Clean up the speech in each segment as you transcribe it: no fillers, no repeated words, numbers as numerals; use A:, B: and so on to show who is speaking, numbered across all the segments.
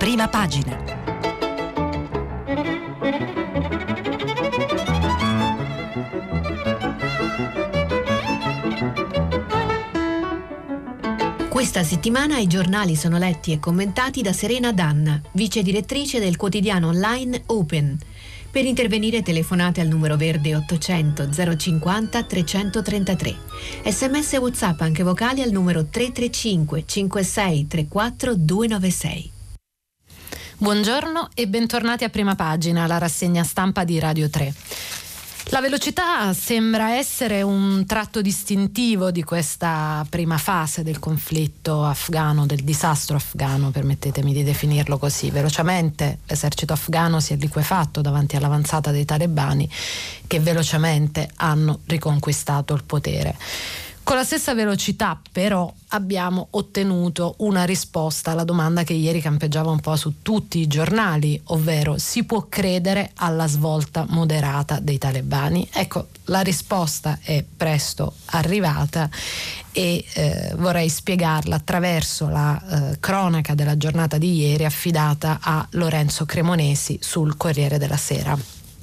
A: Prima pagina. Questa settimana i giornali sono letti e commentati da Serena Danna, vice direttrice del quotidiano online Open. Per intervenire telefonate al numero verde 800 050 333. SMS e WhatsApp anche vocali al numero 335 56 34 296.
B: Buongiorno e bentornati a Prima Pagina, la rassegna stampa di Radio 3. La velocità sembra essere un tratto distintivo di questa prima fase del conflitto afghano, del disastro afghano, permettetemi di definirlo così. Velocemente l'esercito afghano si è liquefatto davanti all'avanzata dei talebani, che velocemente hanno riconquistato il potere. Con la stessa velocità però abbiamo ottenuto una risposta alla domanda che ieri campeggiava un po' su tutti i giornali, ovvero: si può credere alla svolta moderata dei talebani? Ecco, la risposta è presto arrivata e vorrei spiegarla attraverso la cronaca della giornata di ieri affidata a Lorenzo Cremonesi sul Corriere della Sera.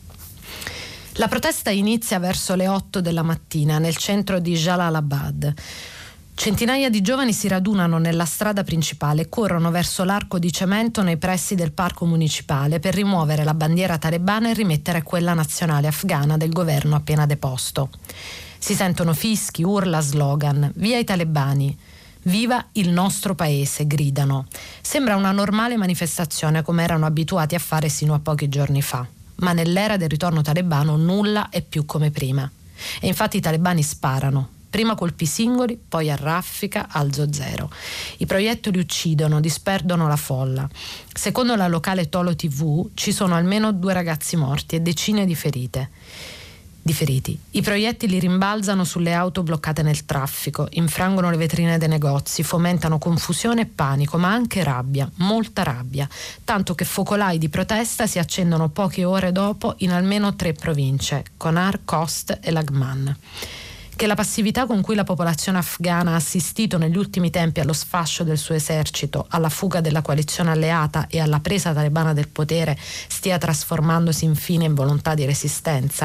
B: La protesta inizia verso le 8 della mattina nel centro di Jalalabad. Centinaia di giovani si radunano nella strada principale e corrono verso l'arco di cemento nei pressi del parco municipale per rimuovere la bandiera talebana e rimettere quella nazionale afghana del governo appena deposto. Si sentono fischi, urla, slogan: via i talebani! Viva il nostro paese, gridano. Sembra una normale manifestazione come erano abituati a fare sino a pochi giorni fa. Ma nell'era del ritorno talebano nulla è più come prima. E infatti i talebani sparano, prima colpi singoli, poi a raffica, alzo zero. I proiettili uccidono, disperdono la folla. Secondo la locale Tolo TV ci sono almeno 2 ragazzi morti e decine di feriti. I proiettili rimbalzano sulle auto bloccate nel traffico, infrangono le vetrine dei negozi, fomentano confusione e panico, ma anche rabbia, molta rabbia, tanto che focolai di protesta si accendono poche ore dopo in almeno 3 province, Konar, Khost e Laghman. Che la passività con cui la popolazione afghana ha assistito negli ultimi tempi allo sfascio del suo esercito, alla fuga della coalizione alleata e alla presa talebana del potere stia trasformandosi infine in volontà di resistenza?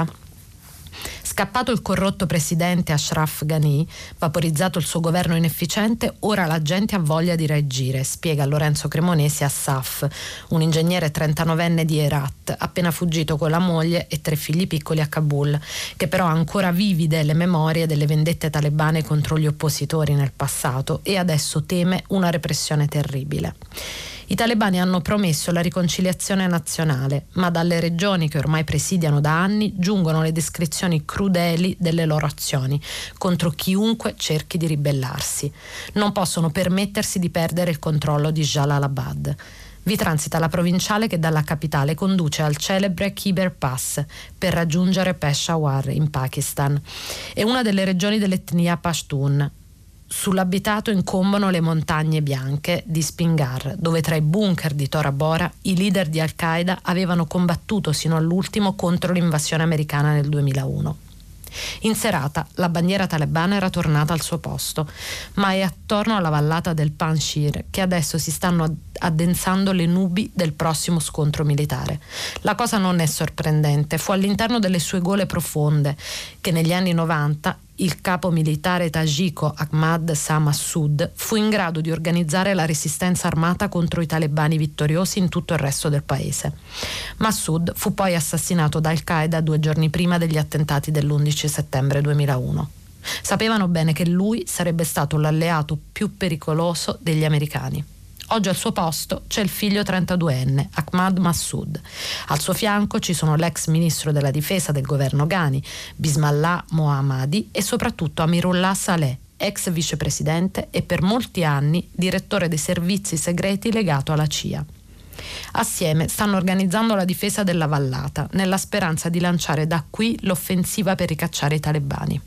B: Scappato il corrotto presidente Ashraf Ghani, vaporizzato il suo governo inefficiente, ora la gente ha voglia di reagire, spiega Lorenzo Cremonesi a Saf, un ingegnere 39enne di Herat, appena fuggito con la moglie e 3 figli piccoli a Kabul, che però ha ancora vivide le memorie delle vendette talebane contro gli oppositori nel passato e adesso teme una repressione terribile. I talebani hanno promesso la riconciliazione nazionale, ma dalle regioni che ormai presidiano da anni giungono le descrizioni crudeli delle loro azioni contro chiunque cerchi di ribellarsi. Non possono permettersi di perdere il controllo di Jalalabad. Vi transita la provinciale che dalla capitale conduce al celebre Khyber Pass per raggiungere Peshawar in Pakistan. È una delle regioni dell'etnia Pashtun. Sull'abitato incombono le montagne bianche di Spingar, dove tra i bunker di Tora Bora i leader di Al-Qaeda avevano combattuto sino all'ultimo contro l'invasione americana nel 2001. In serata la bandiera talebana era tornata al suo posto, ma è attorno alla vallata del Panjshir che adesso si stanno addensando le nubi del prossimo scontro militare. La cosa non è sorprendente, fu all'interno delle sue gole profonde che negli anni 90 il capo militare tagiko Ahmad Shah Massoud fu in grado di organizzare la resistenza armata contro i talebani vittoriosi in tutto il resto del paese. Massoud fu poi assassinato da Al-Qaeda 2 giorni prima degli attentati dell'11 settembre 2001. Sapevano bene che lui sarebbe stato l'alleato più pericoloso degli americani. Oggi al suo posto c'è il figlio 32enne, Ahmad Massoud. Al suo fianco ci sono l'ex ministro della difesa del governo Ghani, Bismillah Mohammadi, e soprattutto Amirullah Saleh, ex vicepresidente e per molti anni direttore dei servizi segreti legato alla CIA. Assieme stanno organizzando la difesa della vallata, nella speranza di lanciare da qui l'offensiva per ricacciare i talebani.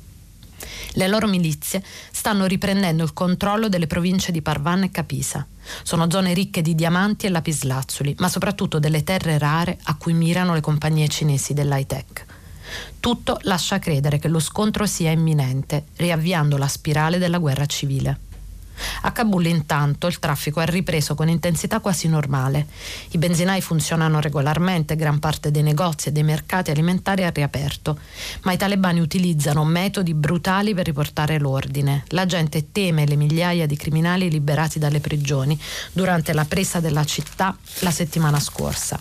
B: Le loro milizie stanno riprendendo il controllo delle province di Parvan e Kapisa. Sono zone ricche di diamanti e lapislazzuli, ma soprattutto delle terre rare a cui mirano le compagnie cinesi dell'high-tech. Tutto lascia credere che lo scontro sia imminente, riavviando la spirale della guerra civile. A Kabul intanto il traffico è ripreso con intensità quasi normale. I benzinai funzionano regolarmente, gran parte dei negozi e dei mercati alimentari è riaperto, ma i talebani utilizzano metodi brutali per riportare l'ordine. La gente teme le migliaia di criminali liberati dalle prigioni durante la presa della città la settimana scorsa.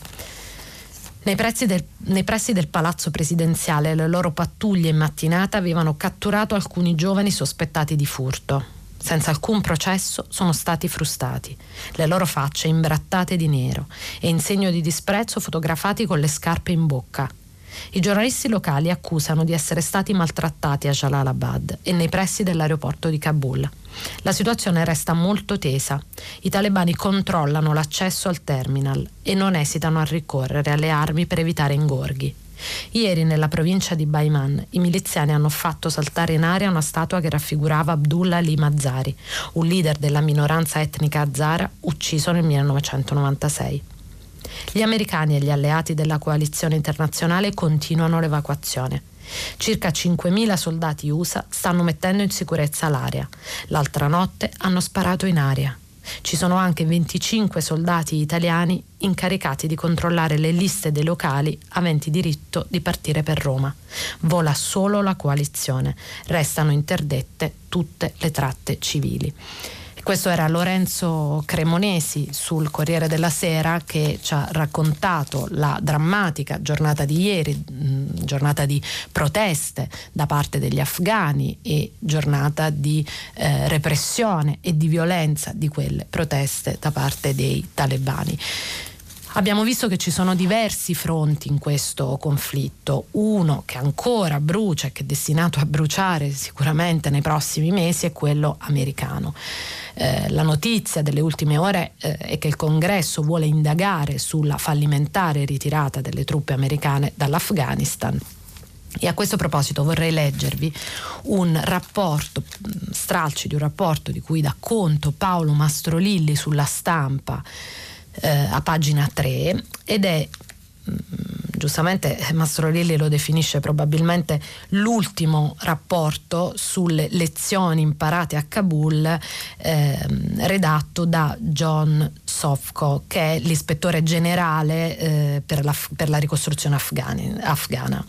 B: Nei pressi del palazzo presidenziale le loro pattuglie in mattinata avevano catturato alcuni giovani sospettati di furto. Senza alcun processo sono stati frustati, le loro facce imbrattate di nero e in segno di disprezzo fotografati con le scarpe in bocca. I giornalisti locali accusano di essere stati maltrattati a Jalalabad e nei pressi dell'aeroporto di Kabul. La situazione resta molto tesa. I talebani controllano l'accesso al terminal e non esitano a ricorrere alle armi per evitare ingorghi. Ieri nella provincia di Baiman i miliziani hanno fatto saltare in aria una statua che raffigurava Abdullah Ali Mazari, un leader della minoranza etnica hazara ucciso nel 1996. Gli americani e gli alleati della coalizione internazionale continuano l'evacuazione. Circa 5.000 soldati USA stanno mettendo in sicurezza l'area. L'altra notte hanno sparato in aria. Ci sono anche 25 soldati italiani incaricati di controllare le liste dei locali aventi diritto di partire per Roma. Vola solo la coalizione. Restano interdette tutte le tratte civili. Questo era Lorenzo Cremonesi sul Corriere della Sera, che ci ha raccontato la drammatica giornata di ieri, giornata di proteste da parte degli afghani e giornata di repressione e di violenza di quelle proteste da parte dei talebani. Abbiamo visto che ci sono diversi fronti in questo conflitto. Uno che ancora brucia e che è destinato a bruciare sicuramente nei prossimi mesi è quello americano. La notizia delle ultime ore è che il Congresso vuole indagare sulla fallimentare ritirata delle truppe americane dall'Afghanistan. E a questo proposito vorrei leggervi un rapporto, stralci di un rapporto di cui dà conto Paolo Mastrolilli sulla Stampa, a pagina 3, ed è giustamente Mastrolilli lo definisce probabilmente l'ultimo rapporto sulle lezioni imparate a Kabul, redatto da John Sofko, che è l'ispettore generale per la ricostruzione afghana.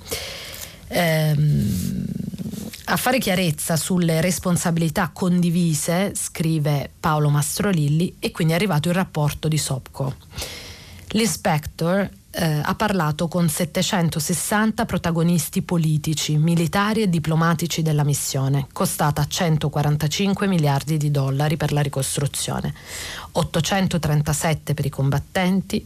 B: A fare chiarezza sulle responsabilità condivise, scrive Paolo Mastrolilli, e quindi è arrivato il rapporto di Sopko. L'inspector ha parlato con 760 protagonisti politici, militari e diplomatici della missione, costata 145 miliardi di dollari per la ricostruzione, 837 per i combattenti,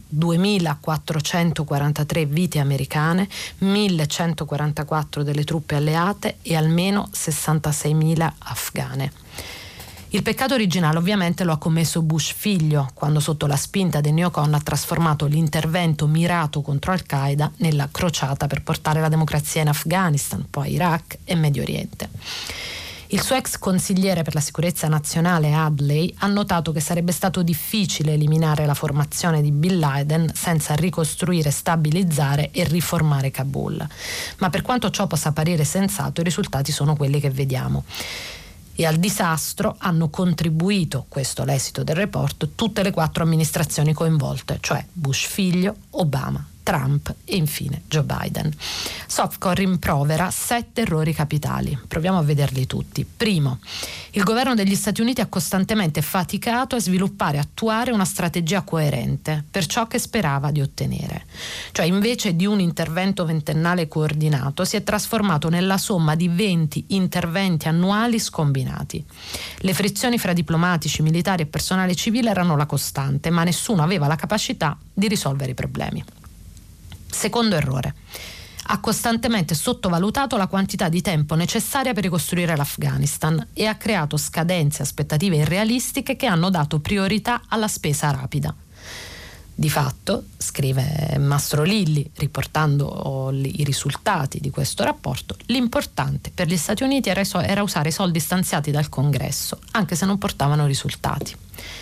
B: 2443 vite americane, 1144 delle truppe alleate e almeno 66.000 afghane. Il peccato originale ovviamente lo ha commesso Bush figlio, quando sotto la spinta dei neocon ha trasformato l'intervento mirato contro Al-Qaeda nella crociata per portare la democrazia in Afghanistan, poi Iraq e Medio Oriente. Il suo ex consigliere per la sicurezza nazionale Adley ha notato che sarebbe stato difficile eliminare la formazione di Bin Laden senza ricostruire, stabilizzare e riformare Kabul. Ma per quanto ciò possa apparire sensato, i risultati sono quelli che vediamo. E al disastro hanno contribuito, questo l'esito del report, tutte le 4 amministrazioni coinvolte, cioè Bush figlio, Obama, Trump e infine Joe Biden. Sofko rimprovera 7 errori capitali. Proviamo a vederli tutti. Primo, il governo degli Stati Uniti ha costantemente faticato a sviluppare e attuare una strategia coerente per ciò che sperava di ottenere. Cioè, invece di un intervento ventennale coordinato, si è trasformato nella somma di 20 interventi annuali scombinati. Le frizioni fra diplomatici, militari e personale civile erano la costante, ma nessuno aveva la capacità di risolvere i problemi. Secondo errore. Ha costantemente sottovalutato la quantità di tempo necessaria per ricostruire l'Afghanistan e ha creato scadenze e aspettative irrealistiche che hanno dato priorità alla spesa rapida. Di fatto, scrive Mastrolilli, riportando i risultati di questo rapporto, l'importante per gli Stati Uniti era usare i soldi stanziati dal Congresso, anche se non portavano risultati.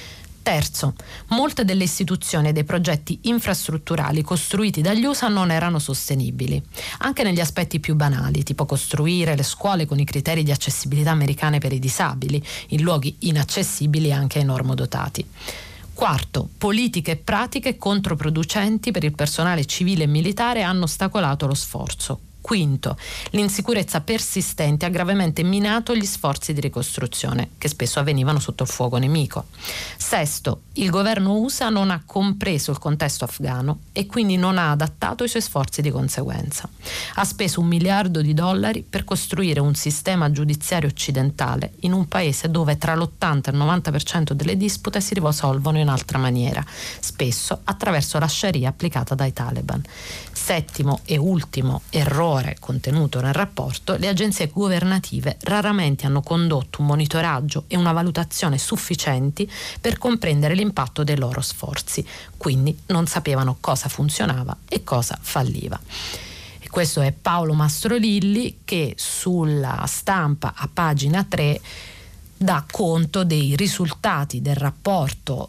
B: Terzo, molte delle istituzioni e dei progetti infrastrutturali costruiti dagli USA non erano sostenibili, anche negli aspetti più banali, tipo costruire le scuole con i criteri di accessibilità americane per i disabili, in luoghi inaccessibili anche ai normodotati. Quarto, politiche e pratiche controproducenti per il personale civile e militare hanno ostacolato lo sforzo. Quinto, l'insicurezza persistente ha gravemente minato gli sforzi di ricostruzione, che spesso avvenivano sotto il fuoco nemico. Sesto, il governo USA non ha compreso il contesto afghano e quindi non ha adattato i suoi sforzi di conseguenza. Ha speso $1 miliardo per costruire un sistema giudiziario occidentale in un paese dove tra l'80 e il 90% delle dispute si risolvono in altra maniera, spesso attraverso la Sharia applicata dai Taliban. Settimo e ultimo errore contenuto nel rapporto, le agenzie governative raramente hanno condotto un monitoraggio e una valutazione sufficienti per comprendere l'impatto dei loro sforzi, quindi non sapevano cosa funzionava e cosa falliva. E questo è Paolo Mastrolilli, che sulla Stampa a pagina 3 dà conto dei risultati del rapporto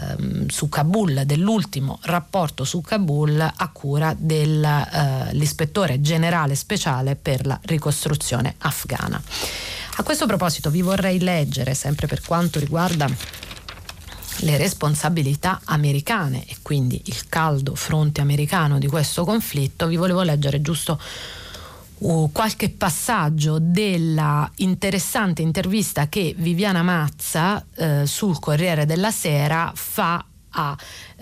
B: su Kabul, dell'ultimo rapporto su Kabul a cura dell'ispettore generale speciale per la ricostruzione afghana. A questo proposito vi vorrei leggere, sempre per quanto riguarda le responsabilità americane e quindi il caldo fronte americano di questo conflitto, vi volevo leggere giusto qualche passaggio della interessante intervista che Viviana Mazza sul Corriere della Sera fa a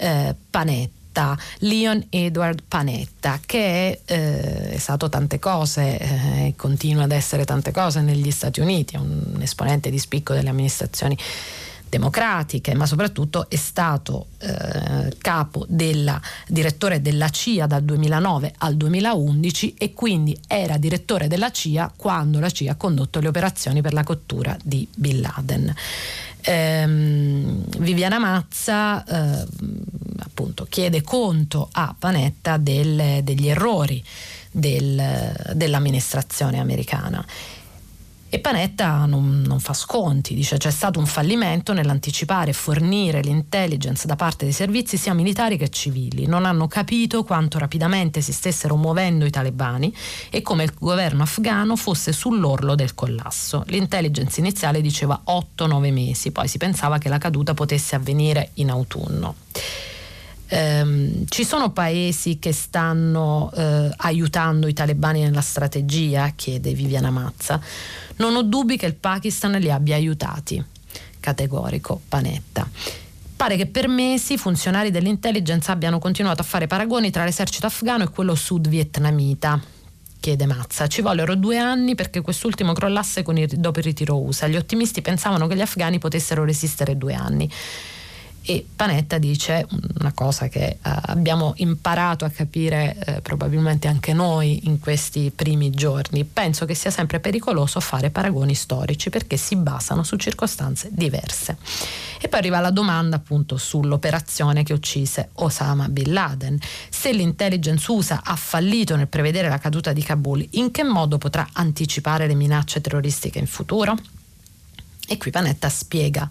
B: Panetta, Leon Edward Panetta, che è stato tante cose e continua ad essere tante cose negli Stati Uniti, è un esponente di spicco delle amministrazioni democratiche, ma soprattutto è stato direttore della CIA dal 2009 al 2011 e quindi era direttore della CIA quando la CIA ha condotto le operazioni per la cattura di Bin Laden. Viviana Mazza appunto chiede conto a Panetta degli errori dell'amministrazione americana. E Panetta non fa sconti, dice c'è stato un fallimento nell'anticipare e fornire l'intelligence da parte dei servizi sia militari che civili. Non hanno capito quanto rapidamente si stessero muovendo i talebani e come il governo afghano fosse sull'orlo del collasso. L'intelligence iniziale diceva 8-9 mesi, poi si pensava che la caduta potesse avvenire in autunno. Ci sono paesi che stanno aiutando i talebani nella strategia? Chiede Viviana Mazza. Non ho dubbi che il Pakistan li abbia aiutati, categorico Panetta. Pare che per mesi funzionari dell'intelligence abbiano continuato a fare paragoni tra l'esercito afghano e quello sud vietnamita, chiede Mazza. Ci vollero 2 anni perché quest'ultimo crollasse dopo il ritiro USA. Gli ottimisti pensavano che gli afghani potessero resistere 2 anni. E Panetta dice una cosa che abbiamo imparato a capire probabilmente anche noi in questi primi giorni: penso che sia sempre pericoloso fare paragoni storici perché si basano su circostanze diverse. E poi arriva la domanda appunto sull'operazione che uccise Osama Bin Laden. Se l'intelligence USA ha fallito nel prevedere la caduta di Kabul, in che modo potrà anticipare le minacce terroristiche in futuro? E qui Panetta spiega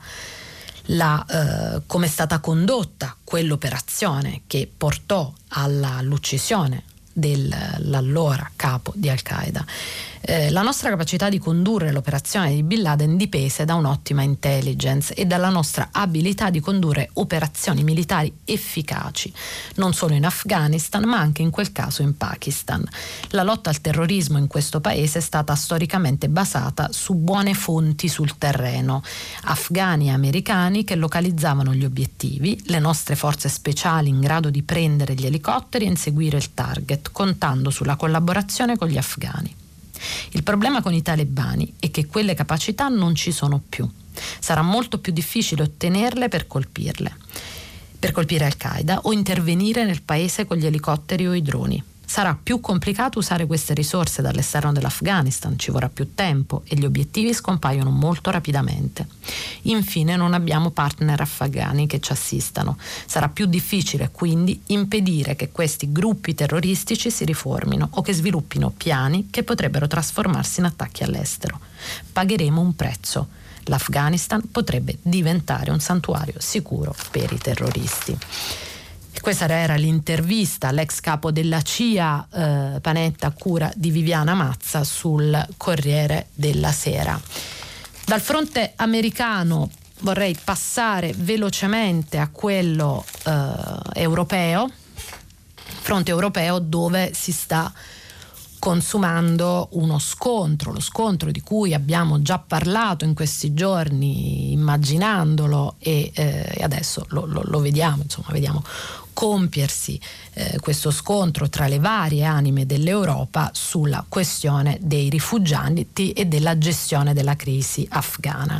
B: come è stata condotta quell'operazione che portò all'uccisione dell'allora capo di Al-Qaeda. La nostra capacità di condurre l'operazione di Bin Laden dipese da un'ottima intelligence e dalla nostra abilità di condurre operazioni militari efficaci, non solo in Afghanistan ma anche in quel caso in Pakistan. La lotta al terrorismo in questo paese è stata storicamente basata su buone fonti sul terreno, afghani e americani che localizzavano gli obiettivi, le nostre forze speciali in grado di prendere gli elicotteri e inseguire il target, contando sulla collaborazione con gli afghani. Il problema con i talebani è che quelle capacità non ci sono più. Sarà molto più difficile ottenerle per colpire Al-Qaeda o intervenire nel paese con gli elicotteri o i droni. Sarà più complicato usare queste risorse dall'esterno dell'Afghanistan, ci vorrà più tempo e gli obiettivi scompaiono molto rapidamente. Infine non abbiamo partner afghani che ci assistano. Sarà più difficile quindi impedire che questi gruppi terroristici si riformino o che sviluppino piani che potrebbero trasformarsi in attacchi all'estero. Pagheremo un prezzo. L'Afghanistan potrebbe diventare un santuario sicuro per i terroristi. Questa era l'intervista all'ex capo della CIA Panetta a cura di Viviana Mazza sul Corriere della Sera. Dal fronte americano vorrei passare velocemente a quello europeo, fronte europeo dove si sta consumando lo scontro di cui abbiamo già parlato in questi giorni, immaginandolo e adesso lo vediamo, vediamo compiersi questo scontro tra le varie anime dell'Europa sulla questione dei rifugiati e della gestione della crisi afghana.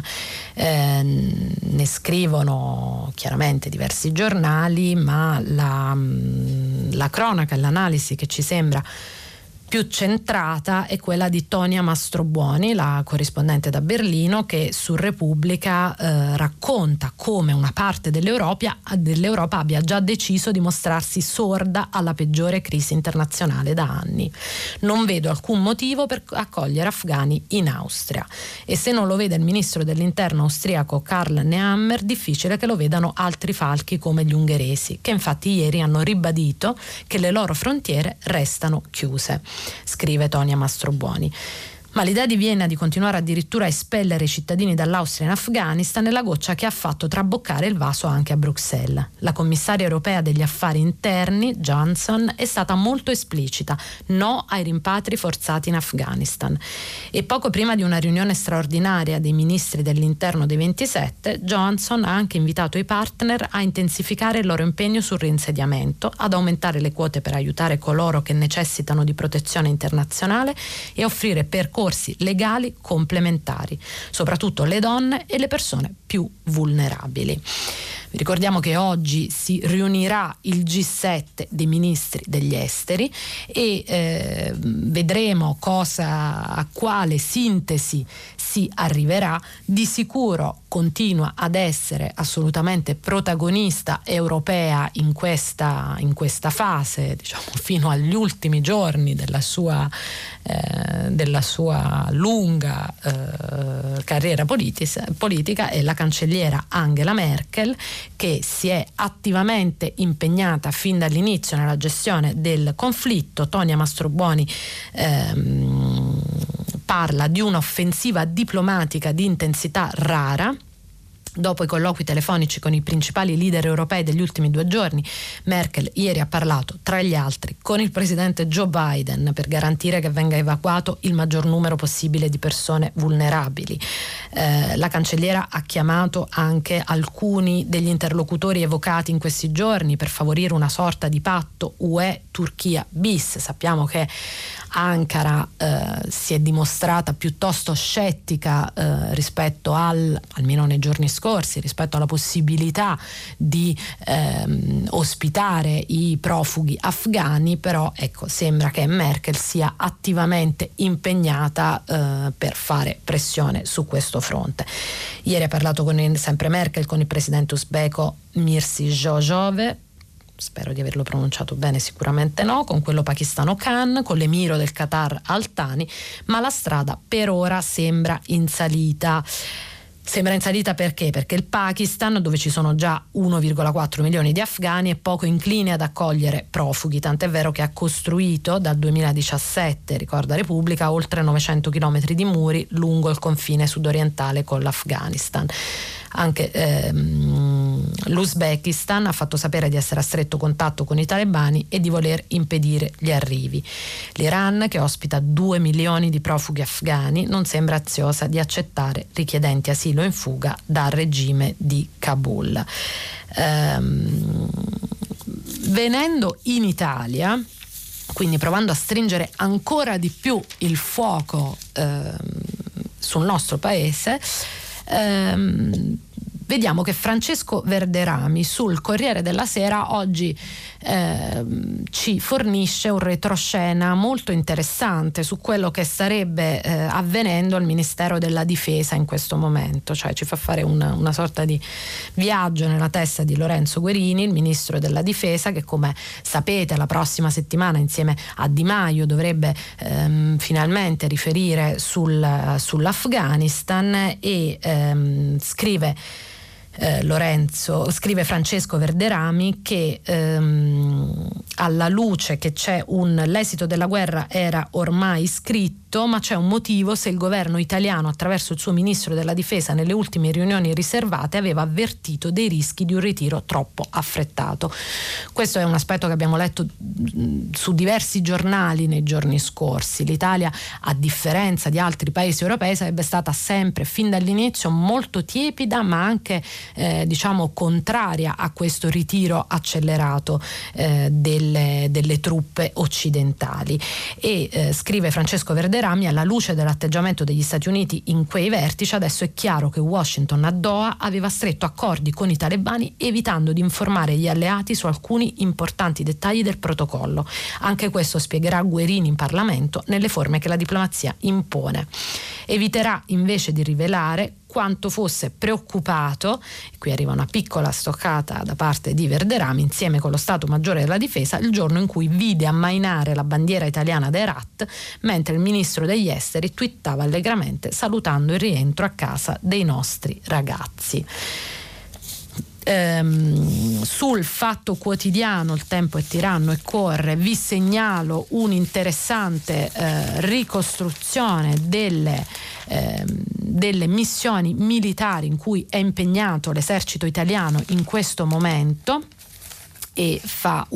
B: Ne scrivono chiaramente diversi giornali, ma la cronaca e l'analisi che ci sembra più centrata è quella di Tonia Mastrobuoni, la corrispondente da Berlino, che su Repubblica racconta come una parte dell'Europa abbia già deciso di mostrarsi sorda alla peggiore crisi internazionale da anni. Non vedo alcun motivo per accogliere afghani in Austria, e se non lo vede il ministro dell'interno austriaco Karl Nehammer, difficile che lo vedano altri falchi come gli ungheresi, che infatti ieri hanno ribadito che le loro frontiere restano chiuse. Scrive Tonia Mastrobuoni. Ma l'idea di Vienna di continuare addirittura a espellere i cittadini dall'Austria in Afghanistan è la goccia che ha fatto traboccare il vaso anche a Bruxelles. La commissaria europea degli affari interni, Johansson, è stata molto esplicita: no ai rimpatri forzati in Afghanistan. E poco prima di una riunione straordinaria dei ministri dell'interno dei 27, Johansson ha anche invitato i partner a intensificare il loro impegno sul reinsediamento, ad aumentare le quote per aiutare coloro che necessitano di protezione internazionale e offrire percorsi legali complementari, soprattutto le donne e le persone più vulnerabili. Vi ricordiamo che oggi si riunirà il G7 dei ministri degli esteri e vedremo a quale sintesi si arriverà. Di sicuro continua ad essere assolutamente protagonista europea in questa fase, fino agli ultimi giorni della sua lunga carriera politica, è la cancelliera Angela Merkel, che si è attivamente impegnata fin dall'inizio nella gestione del conflitto. Tonia Mastrobuoni parla di un'offensiva diplomatica di intensità rara. Dopo i colloqui telefonici con i principali leader europei degli ultimi 2 giorni, Merkel ieri ha parlato, tra gli altri, con il presidente Joe Biden per garantire che venga evacuato il maggior numero possibile di persone vulnerabili. La cancelliera ha chiamato anche alcuni degli interlocutori evocati in questi giorni per favorire una sorta di patto UE-Turchia bis. Sappiamo che Ankara si è dimostrata piuttosto scettica rispetto almeno nei giorni scorsi, rispetto alla possibilità di ospitare i profughi afghani, però sembra che Merkel sia attivamente impegnata per fare pressione su questo fronte. Ieri ha parlato sempre Merkel con il presidente uzbeko Mirziyoyev, spero di averlo pronunciato bene, sicuramente no, con quello pakistano Khan, con l'emiro del Qatar Al Thani, ma la strada per ora sembra in salita. Sembra in salita perché? Perché il Pakistan, dove ci sono già 1,4 milioni di afghani, è poco incline ad accogliere profughi, tant'è vero che ha costruito dal 2017, ricorda Repubblica, oltre 900 chilometri di muri lungo il confine sudorientale con l'Afghanistan. Anche l'Uzbekistan ha fatto sapere di essere a stretto contatto con i talebani e di voler impedire gli arrivi. L'Iran, che ospita 2 milioni di profughi afghani, non sembra ansiosa di accettare richiedenti asilo in fuga dal regime di Kabul. Venendo in Italia, quindi provando a stringere ancora di più il fuoco sul nostro paese, vediamo che Francesco Verderami sul Corriere della Sera oggi ci fornisce un retroscena molto interessante su quello che starebbe avvenendo al Ministero della Difesa in questo momento, cioè ci fa fare una sorta di viaggio nella testa di Lorenzo Guerini, il ministro della Difesa, che come sapete la prossima settimana insieme a Di Maio dovrebbe finalmente riferire sull'Afghanistan e scrive Francesco Verderami che alla luce che l'esito della guerra era ormai scritto, ma c'è un motivo se il governo italiano attraverso il suo ministro della difesa nelle ultime riunioni riservate aveva avvertito dei rischi di un ritiro troppo affrettato. Questo è un aspetto che abbiamo letto su diversi giornali nei giorni scorsi. L'Italia, a differenza di altri paesi europei, sarebbe stata sempre fin dall'inizio molto tiepida, ma anche contraria a questo ritiro accelerato delle truppe occidentali. E scrive Francesco Verderami: alla luce dell'atteggiamento degli Stati Uniti in quei vertici, adesso è chiaro che Washington a Doha aveva stretto accordi con i talebani evitando di informare gli alleati su alcuni importanti dettagli del protocollo. Anche questo spiegherà Guerini in Parlamento nelle forme che la diplomazia impone. Eviterà invece di rivelare quanto fosse preoccupato, qui arriva una piccola stoccata da parte di Verderami, insieme con lo Stato Maggiore della Difesa, il giorno in cui vide ammainare la bandiera italiana da Herat, mentre il ministro degli esteri twittava allegramente salutando il rientro a casa dei nostri ragazzi. Sul Fatto Quotidiano, il tempo è tiranno e corre, vi segnalo un'interessante ricostruzione delle missioni militari in cui è impegnato l'esercito italiano in questo momento, e fa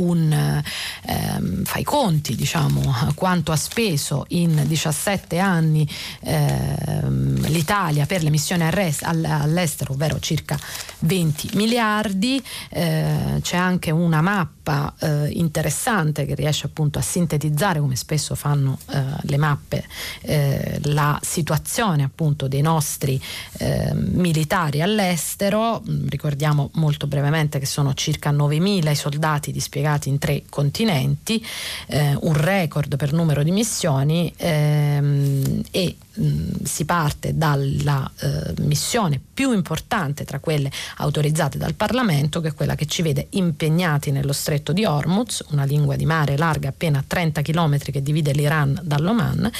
B: i conti, quanto ha speso in 17 anni l'Italia per le missioni all'estero, ovvero circa 20 miliardi. C'è anche una mappa interessante che riesce appunto a sintetizzare, come spesso fanno le mappe, la situazione appunto dei nostri militari all'estero. Ricordiamo molto brevemente che sono circa 9.000 i soldati dispiegati in 3 continenti, un record per numero di missioni, e si parte dalla missione più importante tra quelle autorizzate dal Parlamento, che è quella che ci vede impegnati nello stretto di Hormuz, una lingua di mare larga appena 30 chilometri che divide l'Iran dall'Oman,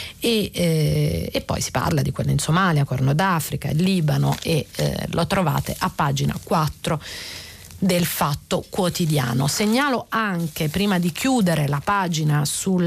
B: e poi si parla di quella in Somalia, Corno d'Africa, il Libano, e lo trovate a pagina 4 del Fatto Quotidiano. Segnalo anche, prima di chiudere la pagina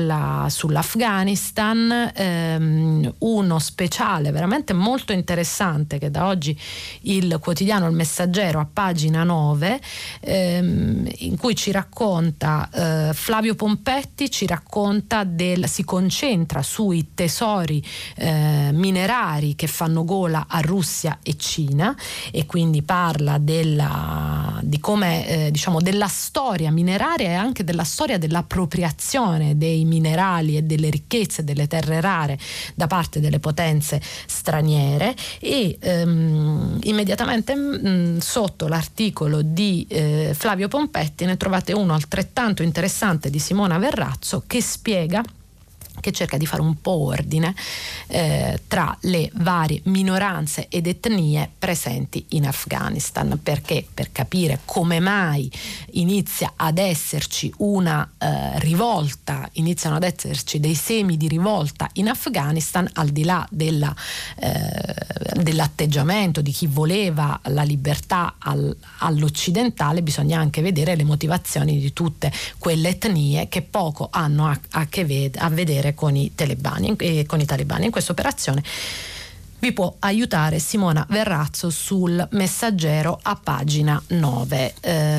B: sull'Afghanistan, uno speciale veramente molto interessante che da oggi il quotidiano Il Messaggero a pagina 9, in cui ci racconta Flavio Pompetti, si concentra sui tesori minerari che fanno gola a Russia e Cina, e quindi parla di come della storia mineraria e anche della storia dell'appropriazione dei minerali e delle ricchezze delle terre rare da parte delle potenze straniere. E immediatamente sotto l'articolo di Flavio Pompetti ne trovate uno altrettanto interessante di Simona Verrazzo, che cerca di fare un po' ordine tra le varie minoranze ed etnie presenti in Afghanistan, perché per capire come mai inizia ad esserci una rivolta, iniziano ad esserci dei semi di rivolta in Afghanistan, al di là dell'atteggiamento di chi voleva la libertà all'occidentale, bisogna anche vedere le motivazioni di tutte quelle etnie che poco hanno a vedere con i talebani. In questa operazione vi può aiutare Simona Verrazzo sul Messaggero a pagina 9.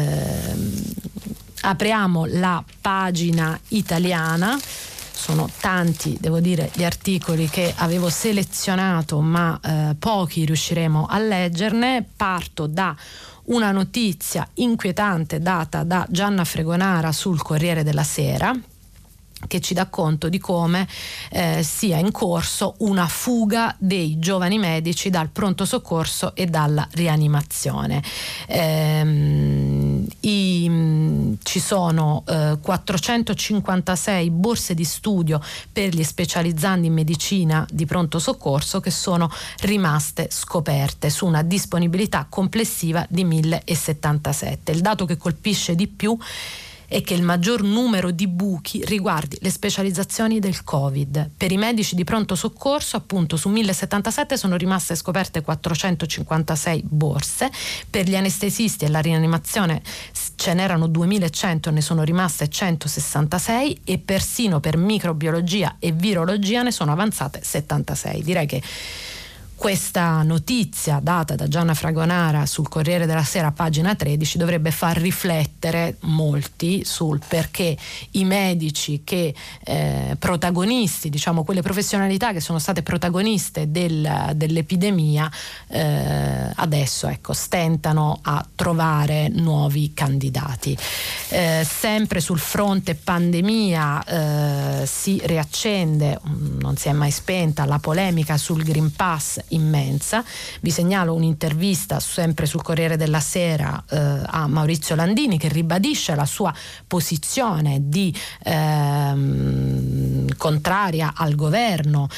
B: Apriamo la pagina italiana. Sono tanti, devo dire, gli articoli che avevo selezionato, ma pochi riusciremo a leggerne. Parto da una notizia inquietante data da Gianna Fregonara sul Corriere della Sera, che ci dà conto di come sia in corso una fuga dei giovani medici dal pronto soccorso e dalla rianimazione. Ci sono 456 borse di studio per gli specializzandi in medicina di pronto soccorso che sono rimaste scoperte su una disponibilità complessiva di 1077. Il dato che colpisce di più è che il maggior numero di buchi riguardi le specializzazioni del Covid. Per i medici di pronto soccorso, appunto, su 1077 sono rimaste scoperte 456 borse, per gli anestesisti e la rianimazione ce n'erano 2100, ne sono rimaste 166 e persino per microbiologia e virologia ne sono avanzate 76. Direi che questa notizia data da Gianna Fragonara sul Corriere della Sera, pagina 13, dovrebbe far riflettere molti sul perché i medici che protagonisti, diciamo quelle professionalità che sono state protagoniste dell'epidemia, adesso stentano a trovare nuovi candidati. Sempre sul fronte pandemia si riaccende, non si è mai spenta, la polemica sul Green Pass immensa. Vi segnalo un'intervista sempre sul Corriere della Sera a Maurizio Landini, che ribadisce la sua posizione di contraria al governo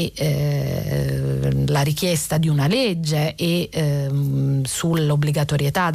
B: e la richiesta di una legge e sull'obbligatorietà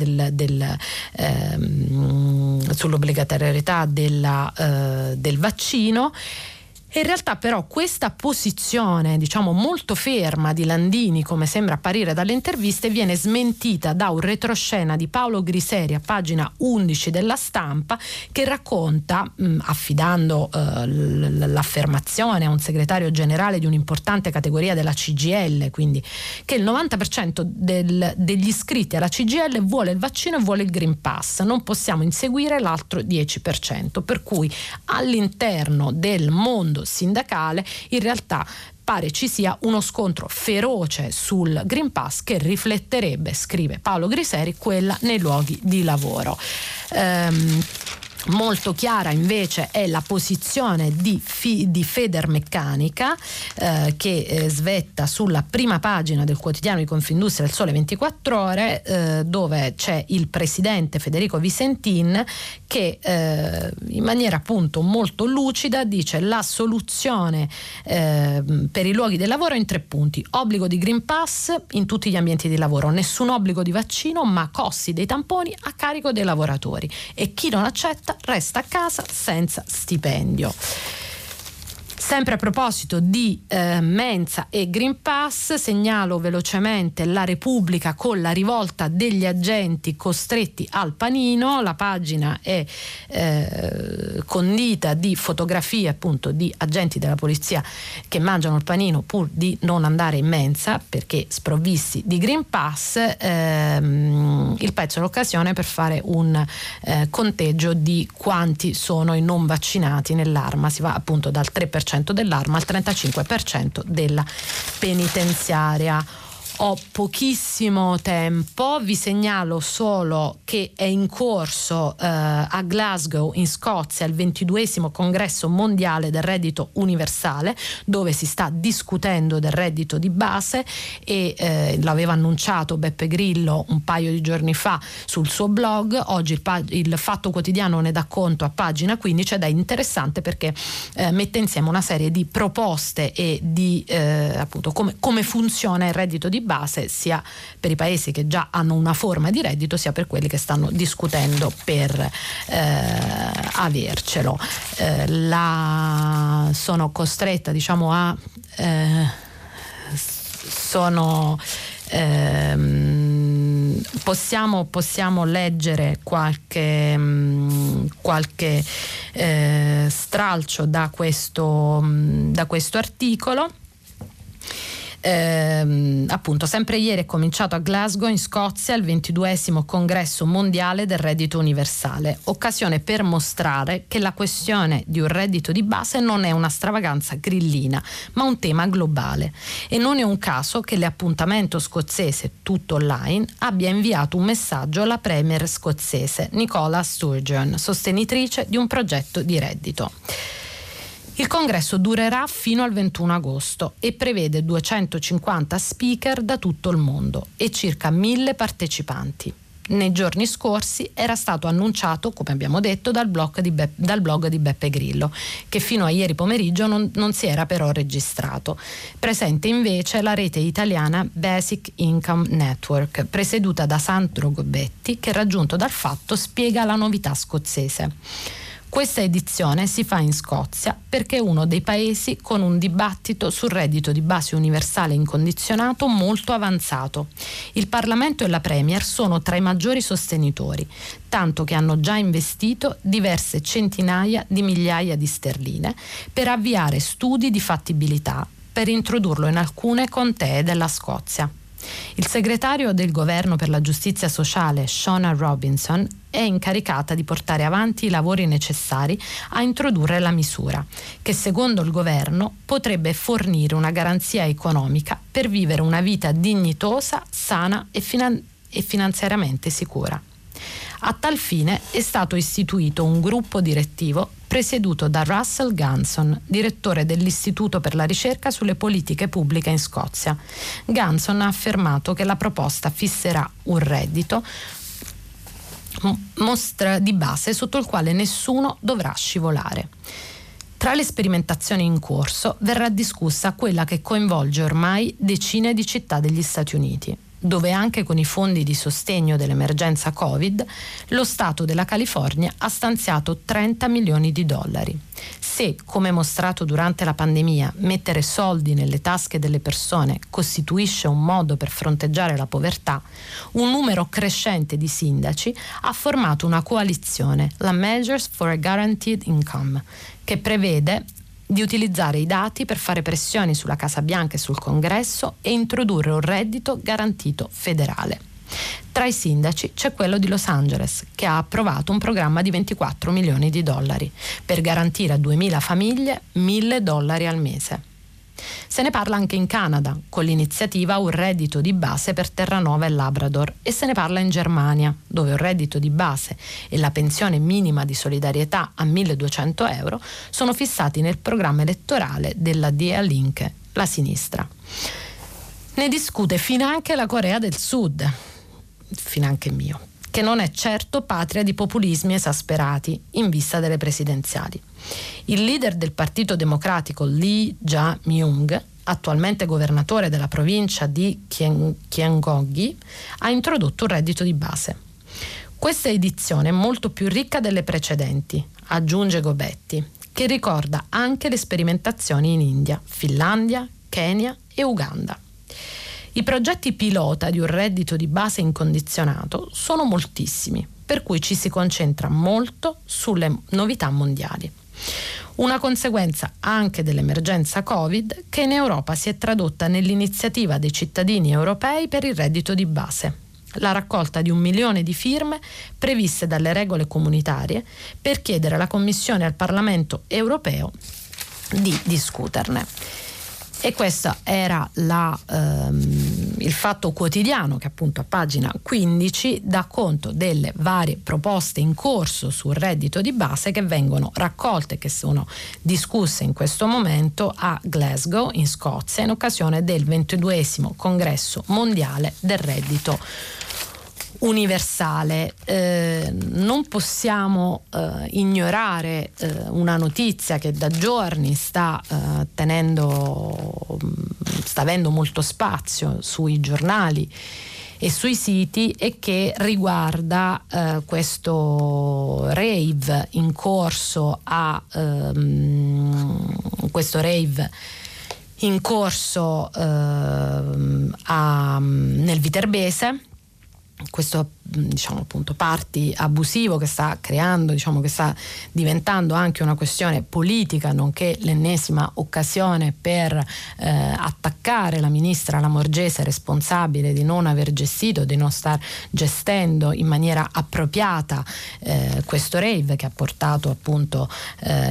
B: del vaccino. In realtà però questa posizione, diciamo, molto ferma di Landini, come sembra apparire dalle interviste, viene smentita da un retroscena di Paolo Griseri a pagina 11 della Stampa, che racconta, affidando l'affermazione a un segretario generale di un'importante categoria della CGIL, quindi che il 90% degli iscritti alla CGIL vuole il vaccino e vuole il Green Pass, non possiamo inseguire l'altro 10%, per cui all'interno del mondo sindacale in realtà pare ci sia uno scontro feroce sul Green Pass che rifletterebbe, scrive Paolo Griseri, quella nei luoghi di lavoro. Molto chiara invece è la posizione di Federmeccanica che svetta sulla prima pagina del quotidiano di Confindustria, Il Sole 24 Ore, dove c'è il presidente Federico Visentin che in maniera appunto molto lucida dice: la soluzione per i luoghi del lavoro in 3 punti: obbligo di Green Pass in tutti gli ambienti di lavoro, nessun obbligo di vaccino, ma costi dei tamponi a carico dei lavoratori, e chi non accetta resta a casa senza stipendio. Sempre a proposito di mensa e Green Pass, segnalo velocemente La Repubblica con la rivolta degli agenti costretti al panino. La pagina è condita di fotografie appunto di agenti della polizia che mangiano il panino pur di non andare in mensa perché sprovvisti di Green Pass. Il pezzo è l'occasione per fare un conteggio di quanti sono i non vaccinati nell'Arma. Si va appunto dal 3% dell'Arma al 35% della penitenziaria. Ho pochissimo tempo, vi segnalo solo che è in corso a Glasgow in Scozia il 22esimo congresso mondiale del reddito universale, dove si sta discutendo del reddito di base e l'aveva annunciato Beppe Grillo un paio di giorni fa sul suo blog. Oggi il Fatto Quotidiano ne dà conto a pagina 15 ed è interessante perché mette insieme una serie di proposte e di appunto come funziona il reddito di base, sia per i paesi che già hanno una forma di reddito, sia per quelli che stanno discutendo per avercelo. Sono costretta, diciamo, a possiamo leggere qualche stralcio da questo articolo. Appunto, sempre ieri è cominciato a Glasgow in Scozia il 22esimo congresso mondiale del reddito universale, occasione per mostrare che la questione di un reddito di base non è una stravaganza grillina, ma un tema globale, e non è un caso che l'appuntamento scozzese tutto online abbia inviato un messaggio alla premier scozzese Nicola Sturgeon, sostenitrice di un progetto di reddito. Il congresso durerà fino al 21 agosto e prevede 250 speaker da tutto il mondo e circa 1000 partecipanti. Nei giorni scorsi era stato annunciato, come abbiamo detto, dal blog di Beppe Grillo, che fino a ieri pomeriggio non si era però registrato. Presente invece la rete italiana Basic Income Network, presieduta da Sandro Gobetti, che, raggiunto dal Fatto, spiega la novità scozzese. Questa edizione si fa in Scozia perché è uno dei paesi con un dibattito sul reddito di base universale incondizionato molto avanzato. Il Parlamento e la Premier sono tra i maggiori sostenitori, tanto che hanno già investito diverse centinaia di migliaia di sterline per avviare studi di fattibilità per introdurlo in alcune contee della Scozia. Il segretario del governo per la giustizia sociale, Shona Robinson, è incaricata di portare avanti i lavori necessari a introdurre la misura, che secondo il governo potrebbe fornire una garanzia economica per vivere una vita dignitosa, sana e finanziariamente sicura. A tal fine è stato istituito un gruppo direttivo presieduto da Russell Ganson, direttore dell'Istituto per la ricerca sulle politiche pubbliche in Scozia. Ganson ha affermato che la proposta fisserà un reddito di base sotto il quale nessuno dovrà scivolare. Tra le sperimentazioni in corso verrà discussa quella che coinvolge ormai decine di città degli Stati Uniti, dove anche con i fondi di sostegno dell'emergenza Covid lo Stato della California ha stanziato $30 milioni. Se, come mostrato durante la pandemia, mettere soldi nelle tasche delle persone costituisce un modo per fronteggiare la povertà, un numero crescente di sindaci ha formato una coalizione, la Measures for a Guaranteed Income, che prevede di utilizzare i dati per fare pressioni sulla Casa Bianca e sul Congresso e introdurre un reddito garantito federale. Tra i sindaci c'è quello di Los Angeles, che ha approvato un programma di $24 milioni per garantire a 2.000 famiglie $1.000 al mese. Se ne parla anche in Canada, con l'iniziativa Un reddito di base per Terranova e Labrador, e se ne parla in Germania, dove un reddito di base e la pensione minima di solidarietà a €1.200 sono fissati nel programma elettorale della Die Linke, la sinistra. Ne discute finanche la Corea del Sud, finanche mio, che non è certo patria di populismi esasperati in vista delle presidenziali. Il leader del Partito Democratico Lee Jae-myung, attualmente governatore della provincia di Gyeonggi, ha introdotto un reddito di base. Questa edizione è molto più ricca delle precedenti, aggiunge Gobetti, che ricorda anche le sperimentazioni in India, Finlandia, Kenya e Uganda. I progetti pilota di un reddito di base incondizionato sono moltissimi, per cui ci si concentra molto sulle novità mondiali. Una conseguenza anche dell'emergenza Covid, che in Europa si è tradotta nell'iniziativa dei cittadini europei per il reddito di base, la raccolta di 1 milione di firme previste dalle regole comunitarie per chiedere alla Commissione e al Parlamento europeo di discuterne. E questo era il Fatto Quotidiano, che appunto a pagina 15 dà conto delle varie proposte in corso sul reddito di base che vengono raccolte, che sono discusse in questo momento a Glasgow, in Scozia, in occasione del 22esimo congresso mondiale del reddito universale. Non possiamo ignorare una notizia che da giorni sta avendo molto spazio sui giornali e sui siti, e che riguarda questo rave in corso nel Viterbese. Questo appunto party abusivo che sta creando, che sta diventando anche una questione politica, nonché l'ennesima occasione per attaccare la ministra Lamorgese, responsabile di non aver gestito, di non star gestendo in maniera appropriata questo rave, che ha portato appunto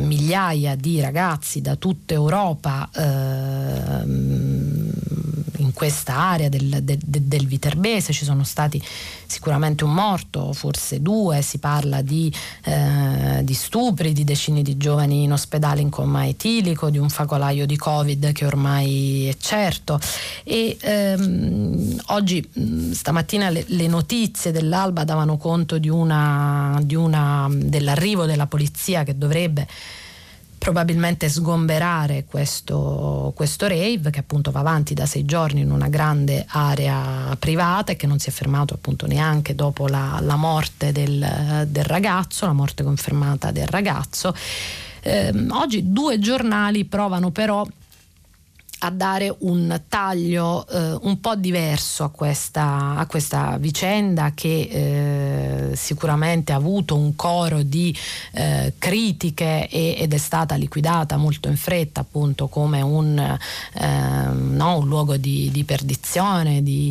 B: migliaia di ragazzi da tutta Europa in questa area del Viterbese. Ci sono stati sicuramente un morto, forse due, si parla di stupri, di decine di giovani in ospedale in coma etilico, di un facolaio di Covid che ormai è certo. E oggi, stamattina, le notizie dell'Alba davano conto dell'arrivo della polizia che dovrebbe probabilmente sgomberare questo rave, che appunto va avanti da 6 giorni in una grande area privata e che non si è fermato appunto neanche dopo la morte del ragazzo, la morte confermata del ragazzo. Oggi 2 giornali provano però a dare un taglio un po' diverso a questa vicenda, che sicuramente ha avuto un coro di critiche ed è stata liquidata molto in fretta appunto come un luogo di perdizione, di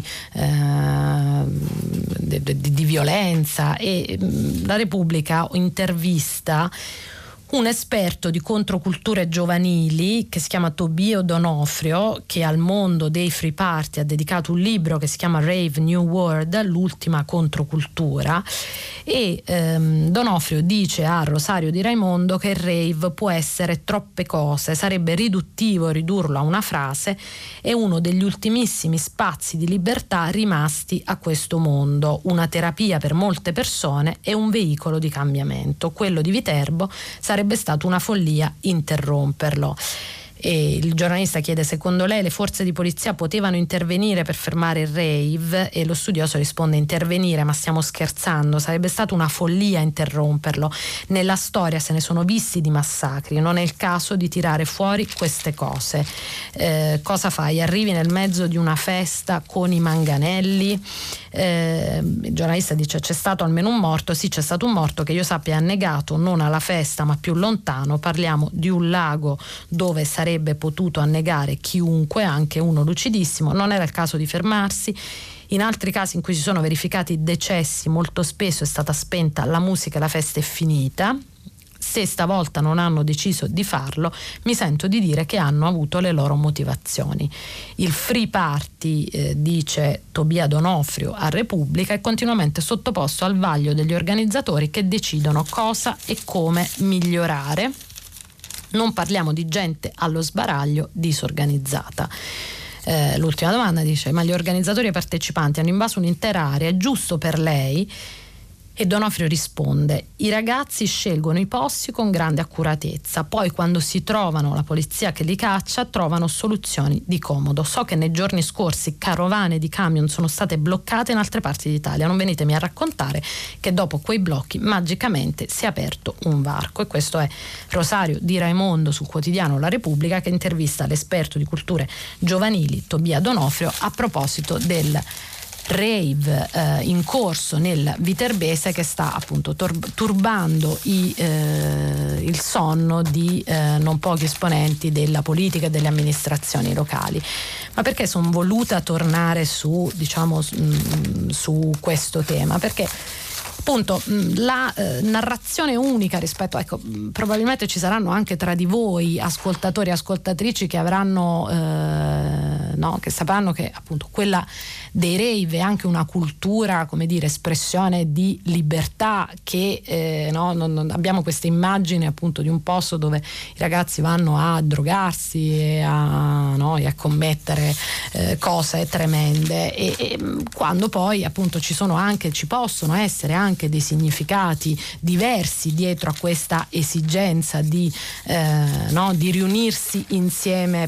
B: violenza. E la Repubblica intervista un esperto di controculture giovanili che si chiama Tobia D'Onofrio, che al mondo dei free party ha dedicato un libro che si chiama Rave New World, l'ultima controcultura. E D'Onofrio dice a Rosario Di Raimondo che il rave può essere troppe cose, sarebbe riduttivo ridurlo a una frase, è uno degli ultimissimi spazi di libertà rimasti a questo mondo, una terapia per molte persone e un veicolo di cambiamento. Quello di Viterbo sarebbe stata una follia interromperlo. E il giornalista chiede: secondo lei le forze di polizia potevano intervenire per fermare il rave? E lo studioso risponde: intervenire, ma stiamo scherzando, sarebbe stata una follia interromperlo, nella storia se ne sono visti di massacri, non è il caso di tirare fuori queste cose. Cosa fai? Arrivi nel mezzo di una festa con i manganelli? Il giornalista dice: c'è stato almeno un morto. Sì, c'è stato un morto che io sappia annegato, non alla festa ma più lontano, parliamo di un lago dove sarebbe potuto annegare chiunque, anche uno lucidissimo. Non era il caso di fermarsi. In altri casi in cui si sono verificati decessi molto spesso è stata spenta la musica e la festa è finita. Se stavolta non hanno deciso di farlo, mi sento di dire che hanno avuto le loro motivazioni. Il free party, dice Tobia D'Onofrio a Repubblica, è continuamente sottoposto al vaglio degli organizzatori che decidono cosa e come migliorare. Non parliamo di gente allo sbaraglio disorganizzata. L'ultima domanda dice: ma gli organizzatori e i partecipanti hanno invaso un'intera area, è giusto per lei? E D'Onofrio risponde: i ragazzi scelgono i posti con grande accuratezza, poi quando si trovano la polizia che li caccia trovano soluzioni di comodo. So che nei giorni scorsi carovane di camion sono state bloccate in altre parti d'Italia, non venitemi a raccontare che dopo quei blocchi magicamente si è aperto un varco. E questo è Rosario Di Raimondo sul quotidiano La Repubblica, che intervista l'esperto di culture giovanili Tobia D'Onofrio a proposito del rave in corso nel Viterbese, che sta appunto turbando il sonno di non pochi esponenti della politica e delle amministrazioni locali. Ma perché sono voluta tornare su questo tema? Perché appunto la narrazione unica rispetto, probabilmente ci saranno anche tra di voi ascoltatori e ascoltatrici che avranno che sapranno che appunto quella dei rave è anche una cultura, come dire, espressione di libertà, che non abbiamo questa immagine appunto di un posto dove i ragazzi vanno a drogarsi e a commettere cose tremende, e quando poi appunto ci possono essere anche dei significati diversi dietro a questa esigenza di riunirsi insieme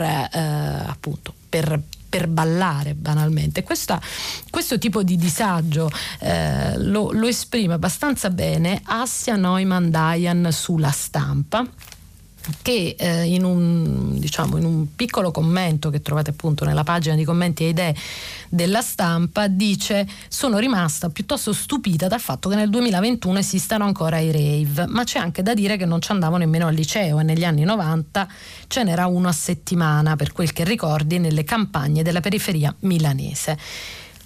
B: per ballare banalmente. Questo tipo di disagio lo esprime abbastanza bene Assia Neumann-Dayan sulla Stampa, che in un piccolo commento che trovate appunto nella pagina di commenti e idee della Stampa dice: sono rimasta piuttosto stupita dal fatto che nel 2021 esistano ancora i rave, ma c'è anche da dire che non ci andavo nemmeno al liceo e negli anni 90 ce n'era uno a settimana, per quel che ricordi, nelle campagne della periferia milanese.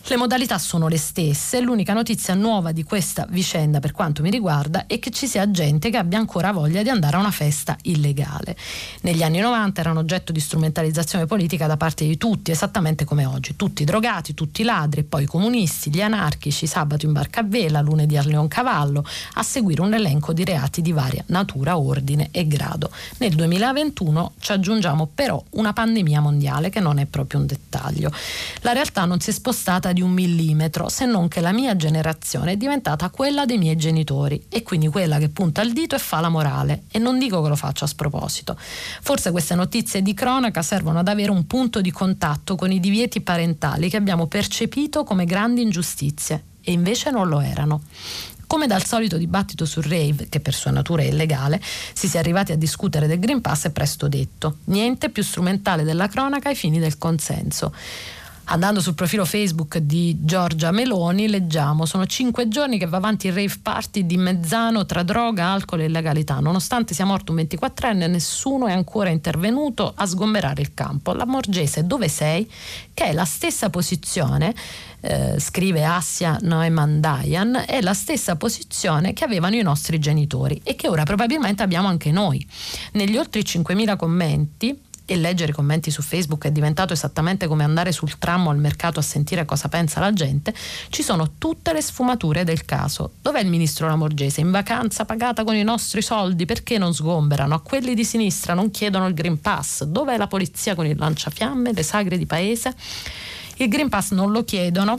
B: Le modalità sono le stesse, l'unica notizia nuova di questa vicenda per quanto mi riguarda è che ci sia gente che abbia ancora voglia di andare a una festa illegale. Negli anni 90 erano oggetto di strumentalizzazione politica da parte di tutti, esattamente come oggi, tutti drogati, tutti ladri, poi i comunisti, gli anarchici, sabato in barca a vela, lunedì al Leoncavallo, a seguire un elenco di reati di varia natura, ordine e grado. Nel 2021 ci aggiungiamo però una pandemia mondiale che non è proprio un dettaglio. La realtà non si è spostata di 1 millimetro, se non che la mia generazione è diventata quella dei miei genitori e quindi quella che punta il dito e fa la morale, e non dico che lo faccia a sproposito. Forse queste notizie di cronaca servono ad avere un punto di contatto con i divieti parentali che abbiamo percepito come grandi ingiustizie e invece non lo erano. Come dal solito dibattito sul rave, che per sua natura è illegale, si sia arrivati a discutere del Green Pass è presto detto. Niente più strumentale della cronaca ai fini del consenso. Andando sul profilo Facebook di Giorgia Meloni leggiamo: sono 5 giorni che va avanti il rave party di Mezzano tra droga, alcol e illegalità. Nonostante sia morto un 24enne, nessuno è ancora intervenuto a sgomberare il campo. La Morgese, dove sei? Che è la stessa posizione, scrive Assia Neumann Dayan, è la stessa posizione che avevano i nostri genitori e che ora probabilmente abbiamo anche noi. Negli oltre 5.000 commenti, e leggere i commenti su Facebook è diventato esattamente come andare sul tram o al mercato a sentire cosa pensa la gente, ci sono tutte le sfumature del caso. Dov'è il ministro Lamorgese? In vacanza pagata con i nostri soldi? Perché non sgomberano? A quelli di sinistra non chiedono il Green Pass? Dov'è la polizia con il lanciafiamme, le sagre di paese? Il Green Pass non lo chiedono,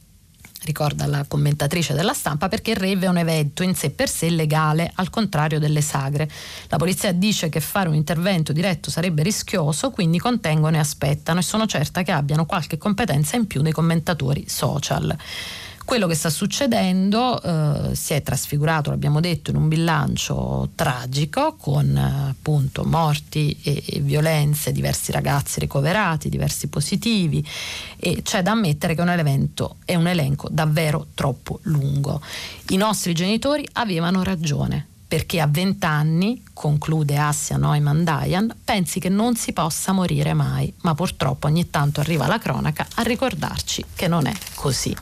B: ricorda la commentatrice della Stampa, perché il rave è un evento in sé per sé legale, al contrario delle sagre. La polizia dice che fare un intervento diretto sarebbe rischioso, quindi contengono e aspettano, e sono certa che abbiano qualche competenza in più dei commentatori social. Quello che sta succedendo si è trasfigurato, l'abbiamo detto, in un bilancio tragico con appunto morti e violenze, diversi ragazzi ricoverati, diversi positivi, e c'è da ammettere che è un elenco davvero troppo lungo. I nostri genitori avevano ragione, perché a 20 anni, conclude Assia Neumann Dayan, pensi che non si possa morire mai, ma purtroppo ogni tanto arriva la cronaca a ricordarci che non è così.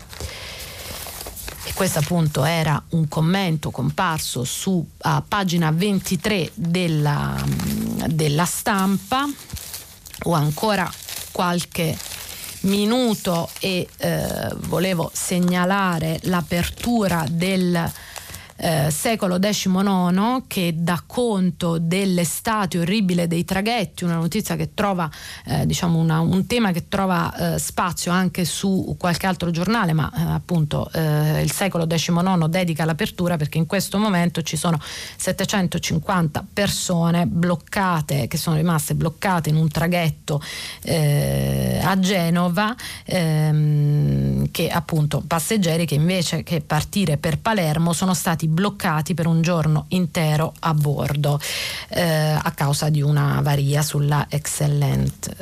B: E questo appunto era un commento comparso a pagina 23 della Stampa. Ho ancora qualche minuto e volevo segnalare l'apertura del secolo XIX, che dà conto dell'estate orribile dei traghetti, una notizia che trova un tema che trova spazio anche su qualche altro giornale, ma appunto il secolo XIX dedica l'apertura perché in questo momento ci sono 750 persone bloccate, che sono rimaste bloccate in un traghetto a Genova, che appunto passeggeri che invece che partire per Palermo sono stati bloccati per un giorno intero a bordo a causa di una avaria sulla Excellent.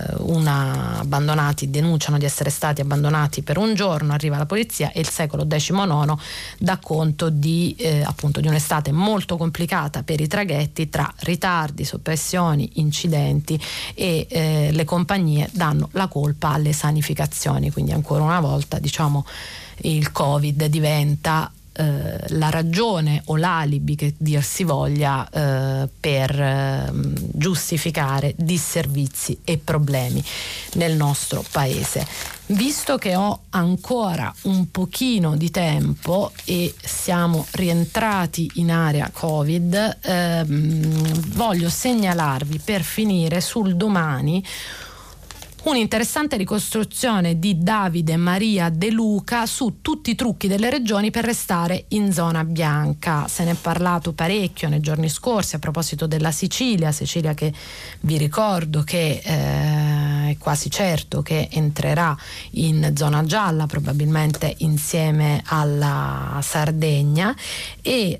B: Denunciano di essere stati abbandonati per un giorno, arriva la polizia e il secolo XIX dà conto di un'estate molto complicata per i traghetti, tra ritardi, soppressioni, incidenti, e le compagnie danno la colpa alle sanificazioni, quindi ancora una volta il Covid diventa la ragione o l'alibi, che dir si voglia, per giustificare disservizi e problemi nel nostro paese. Visto che ho ancora un pochino di tempo e siamo rientrati in area Covid, voglio segnalarvi per finire sul Domani un'interessante ricostruzione di Davide Maria De Luca su tutti i trucchi delle regioni per restare in zona bianca. Se ne è parlato parecchio nei giorni scorsi a proposito della Sicilia che vi ricordo che è quasi certo che entrerà in zona gialla, probabilmente insieme alla Sardegna, e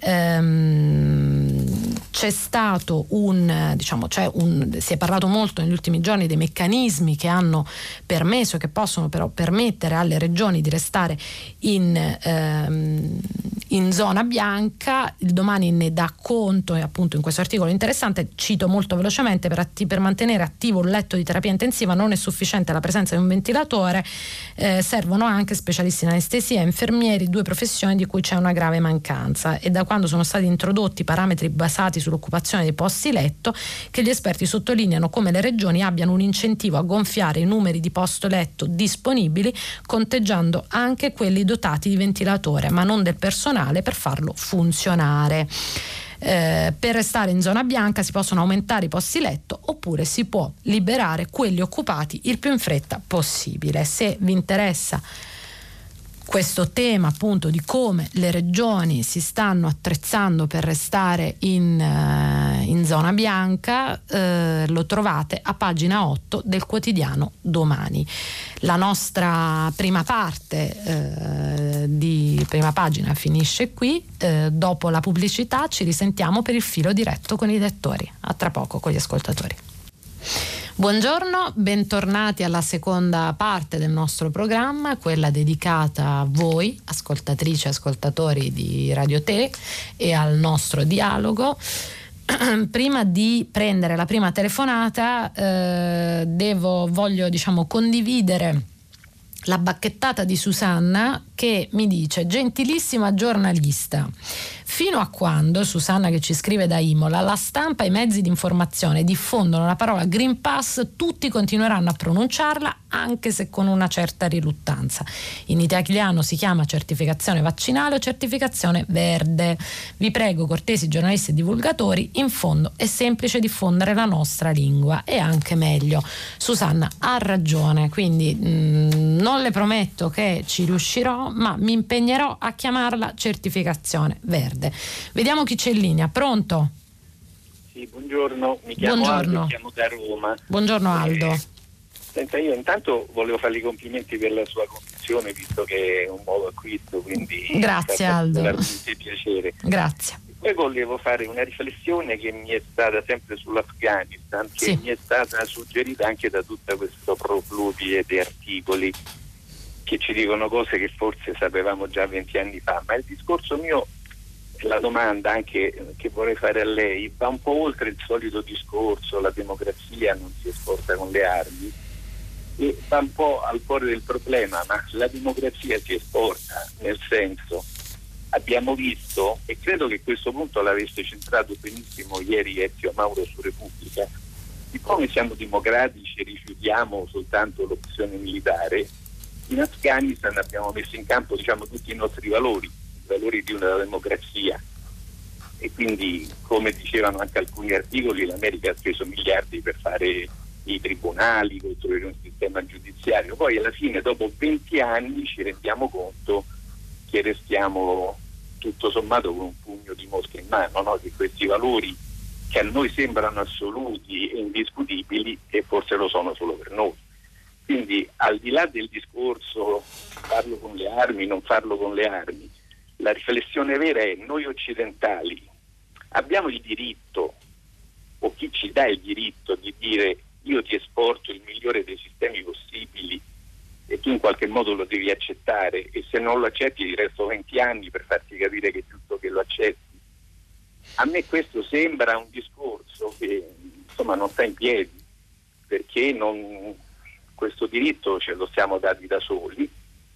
B: c'è stato si è parlato molto negli ultimi giorni dei meccanismi che hanno permesso, che possono però permettere alle regioni di restare in in zona bianca. Il Domani ne dà conto, e appunto in questo articolo interessante, cito molto velocemente: per mantenere attivo un letto di terapia intensiva non è sufficiente la presenza di un ventilatore, servono anche specialisti in anestesia, infermieri, 2 professioni di cui c'è una grave mancanza. E da quando sono stati introdotti parametri basati sull'occupazione dei posti letto, che gli esperti sottolineano come le regioni abbiano un incentivo a gonfiare i numeri di posto letto disponibili, conteggiando anche quelli dotati di ventilatore, ma non del personale per farlo funzionare. Per restare in zona bianca si possono aumentare i posti letto, oppure si può liberare quelli occupati il più in fretta possibile. Se vi interessa questo tema appunto di come le regioni si stanno attrezzando per restare in zona bianca, lo trovate a pagina 8 del quotidiano Domani. La nostra prima parte di prima pagina finisce qui. Dopo la pubblicità ci risentiamo per il filo diretto con i lettori. A tra poco con gli ascoltatori. Buongiorno, bentornati alla seconda parte del nostro programma, quella dedicata a voi, ascoltatrici e ascoltatori di Radio Te, e al nostro dialogo. Prima di prendere la prima telefonata voglio condividere la bacchettata di Susanna, che mi dice: gentilissima giornalista, fino a quando, Susanna che ci scrive da Imola, la stampa e i mezzi di informazione diffondono la parola Green Pass, tutti continueranno a pronunciarla, anche se con una certa riluttanza. In italiano si chiama certificazione vaccinale o certificazione verde. Vi prego, cortesi giornalisti e divulgatori, in fondo è semplice diffondere la nostra lingua, e anche meglio. Susanna ha ragione, quindi non le prometto che ci riuscirò, ma mi impegnerò a chiamarla certificazione verde. Vediamo chi c'è in linea. Pronto?
C: Sì, buongiorno, mi chiamo Aldo, chiamo da Roma.
B: Buongiorno Aldo.
C: Senta, io intanto volevo fargli i complimenti per la sua condizione, visto che è un nuovo acquisto, quindi
B: grazie Aldo,
C: veramente piacere.
B: Grazie.
C: Poi volevo fare una riflessione che mi è stata sempre sull'Afghanistan, che
B: sì,
C: mi è stata suggerita anche da tutto questo profluvie di articoli che ci dicono cose che forse sapevamo già 20 anni fa, ma il discorso mio, la domanda anche che vorrei fare a lei, va un po' oltre il solito discorso: la democrazia non si esporta con le armi, e va un po' al cuore del problema. Ma la democrazia si esporta, nel senso, abbiamo visto, e credo che questo punto l'avesse centrato benissimo ieri Ezio Mauro su Repubblica, siccome siamo democratici e rifiutiamo soltanto l'opzione militare, in Afghanistan abbiamo messo in campo tutti i nostri valori, i valori di una democrazia, e quindi, come dicevano anche alcuni articoli, l'America ha speso miliardi per fare i tribunali, costruire un sistema giudiziario. Poi alla fine, dopo 20 anni, ci rendiamo conto che restiamo tutto sommato con un pugno di mosche in mano, no? Che questi valori, che a noi sembrano assoluti e indiscutibili, e forse lo sono solo per noi. Quindi, al di là del discorso farlo con le armi, non farlo con le armi, la riflessione vera è: noi occidentali abbiamo il diritto, o chi ci dà il diritto, di dire: io ti esporto il migliore dei sistemi possibili e tu in qualche modo lo devi accettare, e se non lo accetti ti resto 20 anni per farti capire che è giusto che lo accetti. A me questo sembra un discorso che non sta in piedi, perché questo diritto ce lo siamo dati da soli.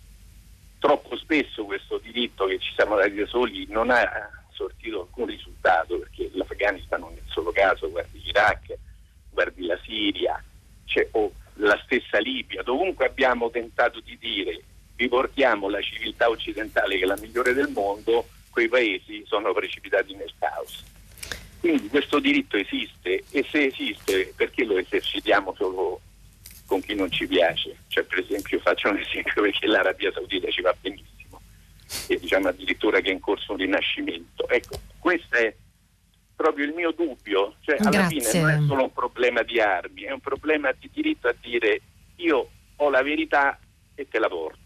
C: Troppo spesso questo diritto che ci siamo dati da soli non ha sortito alcun risultato, perché l'Afghanistan non è il solo caso, guardi l'Iraq, guardi la Siria, o la stessa Libia. Dovunque abbiamo tentato di dire: vi portiamo la civiltà occidentale che è la migliore del mondo, quei paesi sono precipitati nel caos. Quindi questo diritto esiste, e se esiste, perché lo esercitiamo solo con chi non ci piace? Per esempio, faccio un esempio, perché l'Arabia Saudita ci va benissimo, e addirittura che è in corso un rinascimento. Ecco, questo è proprio il mio dubbio. Alla fine non è solo un problema di armi, è un problema di diritto a dire: io ho la verità e te la porto.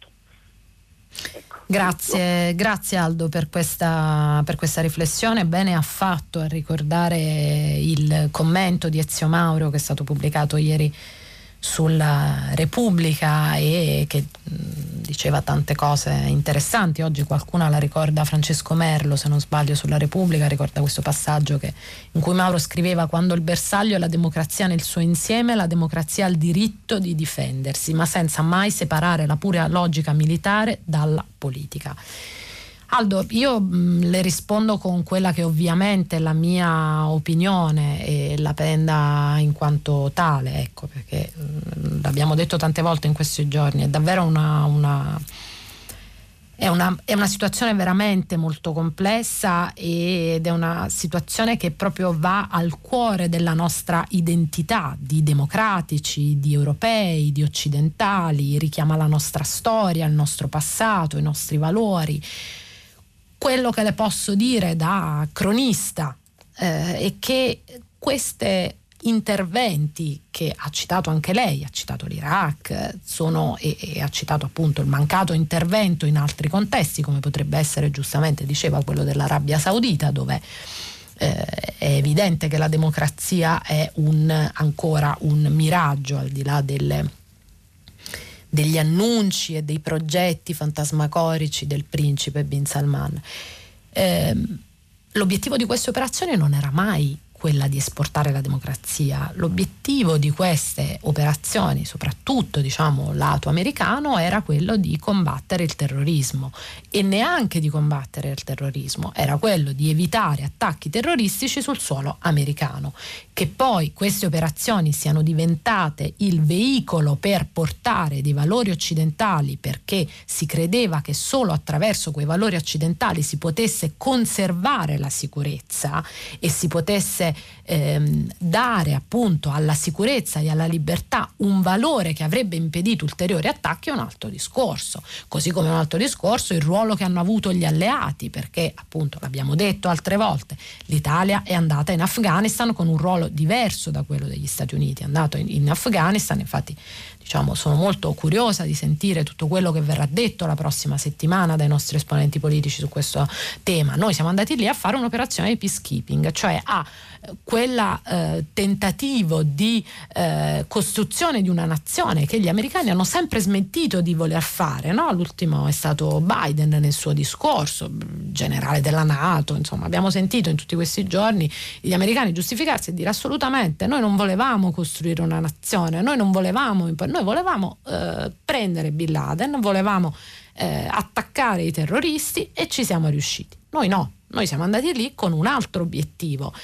C: Ecco.
B: Grazie Aldo per questa riflessione. Bene ha fatto a ricordare il commento di Ezio Mauro, che è stato pubblicato ieri sulla Repubblica, e che diceva tante cose interessanti. Oggi qualcuna la ricorda, Francesco Merlo se non sbaglio, sulla Repubblica, ricorda questo passaggio in cui Mauro scriveva: quando il bersaglio è la democrazia nel suo insieme, la democrazia ha il diritto di difendersi, ma senza mai separare la pura logica militare dalla politica. Aldo, io le rispondo con quella che ovviamente è la mia opinione e la prenda in quanto tale, ecco, perché l'abbiamo detto tante volte in questi giorni, è davvero una situazione veramente molto complessa ed è una situazione che proprio va al cuore della nostra identità di democratici, di europei, di occidentali, richiama la nostra storia, il nostro passato, i nostri valori. Quello che le posso dire da cronista è che questi interventi che ha citato anche lei, ha citato l'Iraq, e ha citato appunto il mancato intervento in altri contesti, come potrebbe essere, giustamente diceva, quello dell'Arabia Saudita, dove è evidente che la democrazia è ancora un miraggio, al di là degli annunci e dei progetti fantasmagorici del principe Bin Salman. L'obiettivo di queste operazioni non era mai quella di esportare la democrazia. L'obiettivo di queste operazioni, soprattutto lato americano, era quello di combattere il terrorismo, e neanche di combattere il terrorismo, era quello di evitare attacchi terroristici sul suolo americano. Che poi queste operazioni siano diventate il veicolo per portare dei valori occidentali, perché si credeva che solo attraverso quei valori occidentali si potesse conservare la sicurezza e si potesse dare appunto alla sicurezza e alla libertà un valore che avrebbe impedito ulteriori attacchi, è un altro discorso. Così come un altro discorso il ruolo che hanno avuto gli alleati, perché appunto, l'abbiamo detto altre volte, l'Italia è andata in Afghanistan con un ruolo diverso da quello degli Stati Uniti. È andato in Afghanistan, infatti sono molto curiosa di sentire tutto quello che verrà detto la prossima settimana dai nostri esponenti politici su questo tema. Noi siamo andati lì a fare un'operazione di peacekeeping, cioè a quella tentativo di costruzione di una nazione che gli americani hanno sempre smentito di voler fare, no? L'ultimo è stato Biden nel suo discorso, generale della NATO, insomma abbiamo sentito in tutti questi giorni gli americani giustificarsi e dire: assolutamente, noi non volevamo costruire una nazione, noi volevamo prendere Bin Laden, volevamo attaccare i terroristi, e ci siamo riusciti. Noi no. Noi siamo andati lì con un altro obiettivo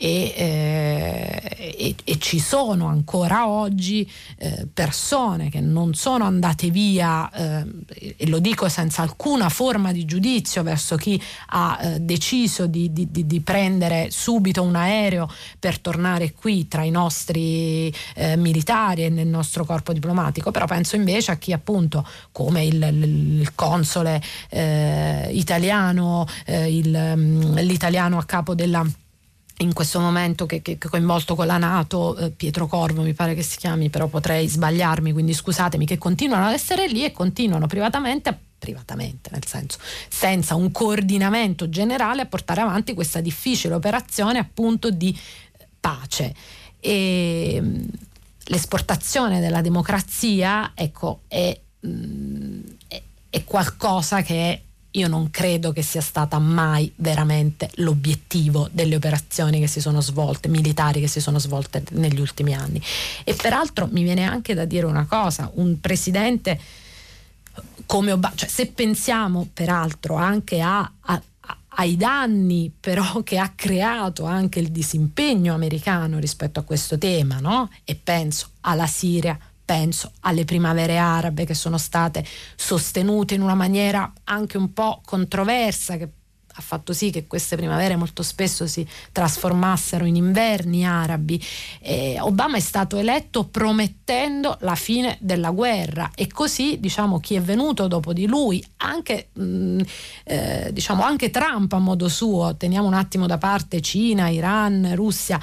B: e ci sono ancora oggi persone che non sono andate via, e lo dico senza alcuna forma di giudizio verso chi ha deciso di prendere subito un aereo per tornare qui tra i nostri militari e nel nostro corpo diplomatico, però penso invece a chi appunto, come il console italiano, l'italiano a capo in questo momento che è coinvolto con la NATO, Pietro Corvo mi pare che si chiami, però potrei sbagliarmi, quindi scusatemi, che continuano ad essere lì e continuano privatamente, nel senso senza un coordinamento generale, a portare avanti questa difficile operazione appunto di pace. E l'esportazione della democrazia, ecco, è qualcosa che io non credo che sia stata mai veramente l'obiettivo delle operazioni che si sono svolte, militari che si sono svolte negli ultimi anni. E peraltro mi viene anche da dire una cosa: un presidente come Obama, cioè se pensiamo peraltro anche ai danni però che ha creato anche il disimpegno americano rispetto a questo tema, no? E penso alla Siria, penso alle primavere arabe che sono state sostenute in una maniera anche un po' controversa, che ha fatto sì che queste primavere molto spesso si trasformassero in inverni arabi. Obama è stato eletto promettendo la fine della guerra, e così chi è venuto dopo di lui, anche anche Trump a modo suo, teniamo un attimo da parte Cina, Iran, Russia,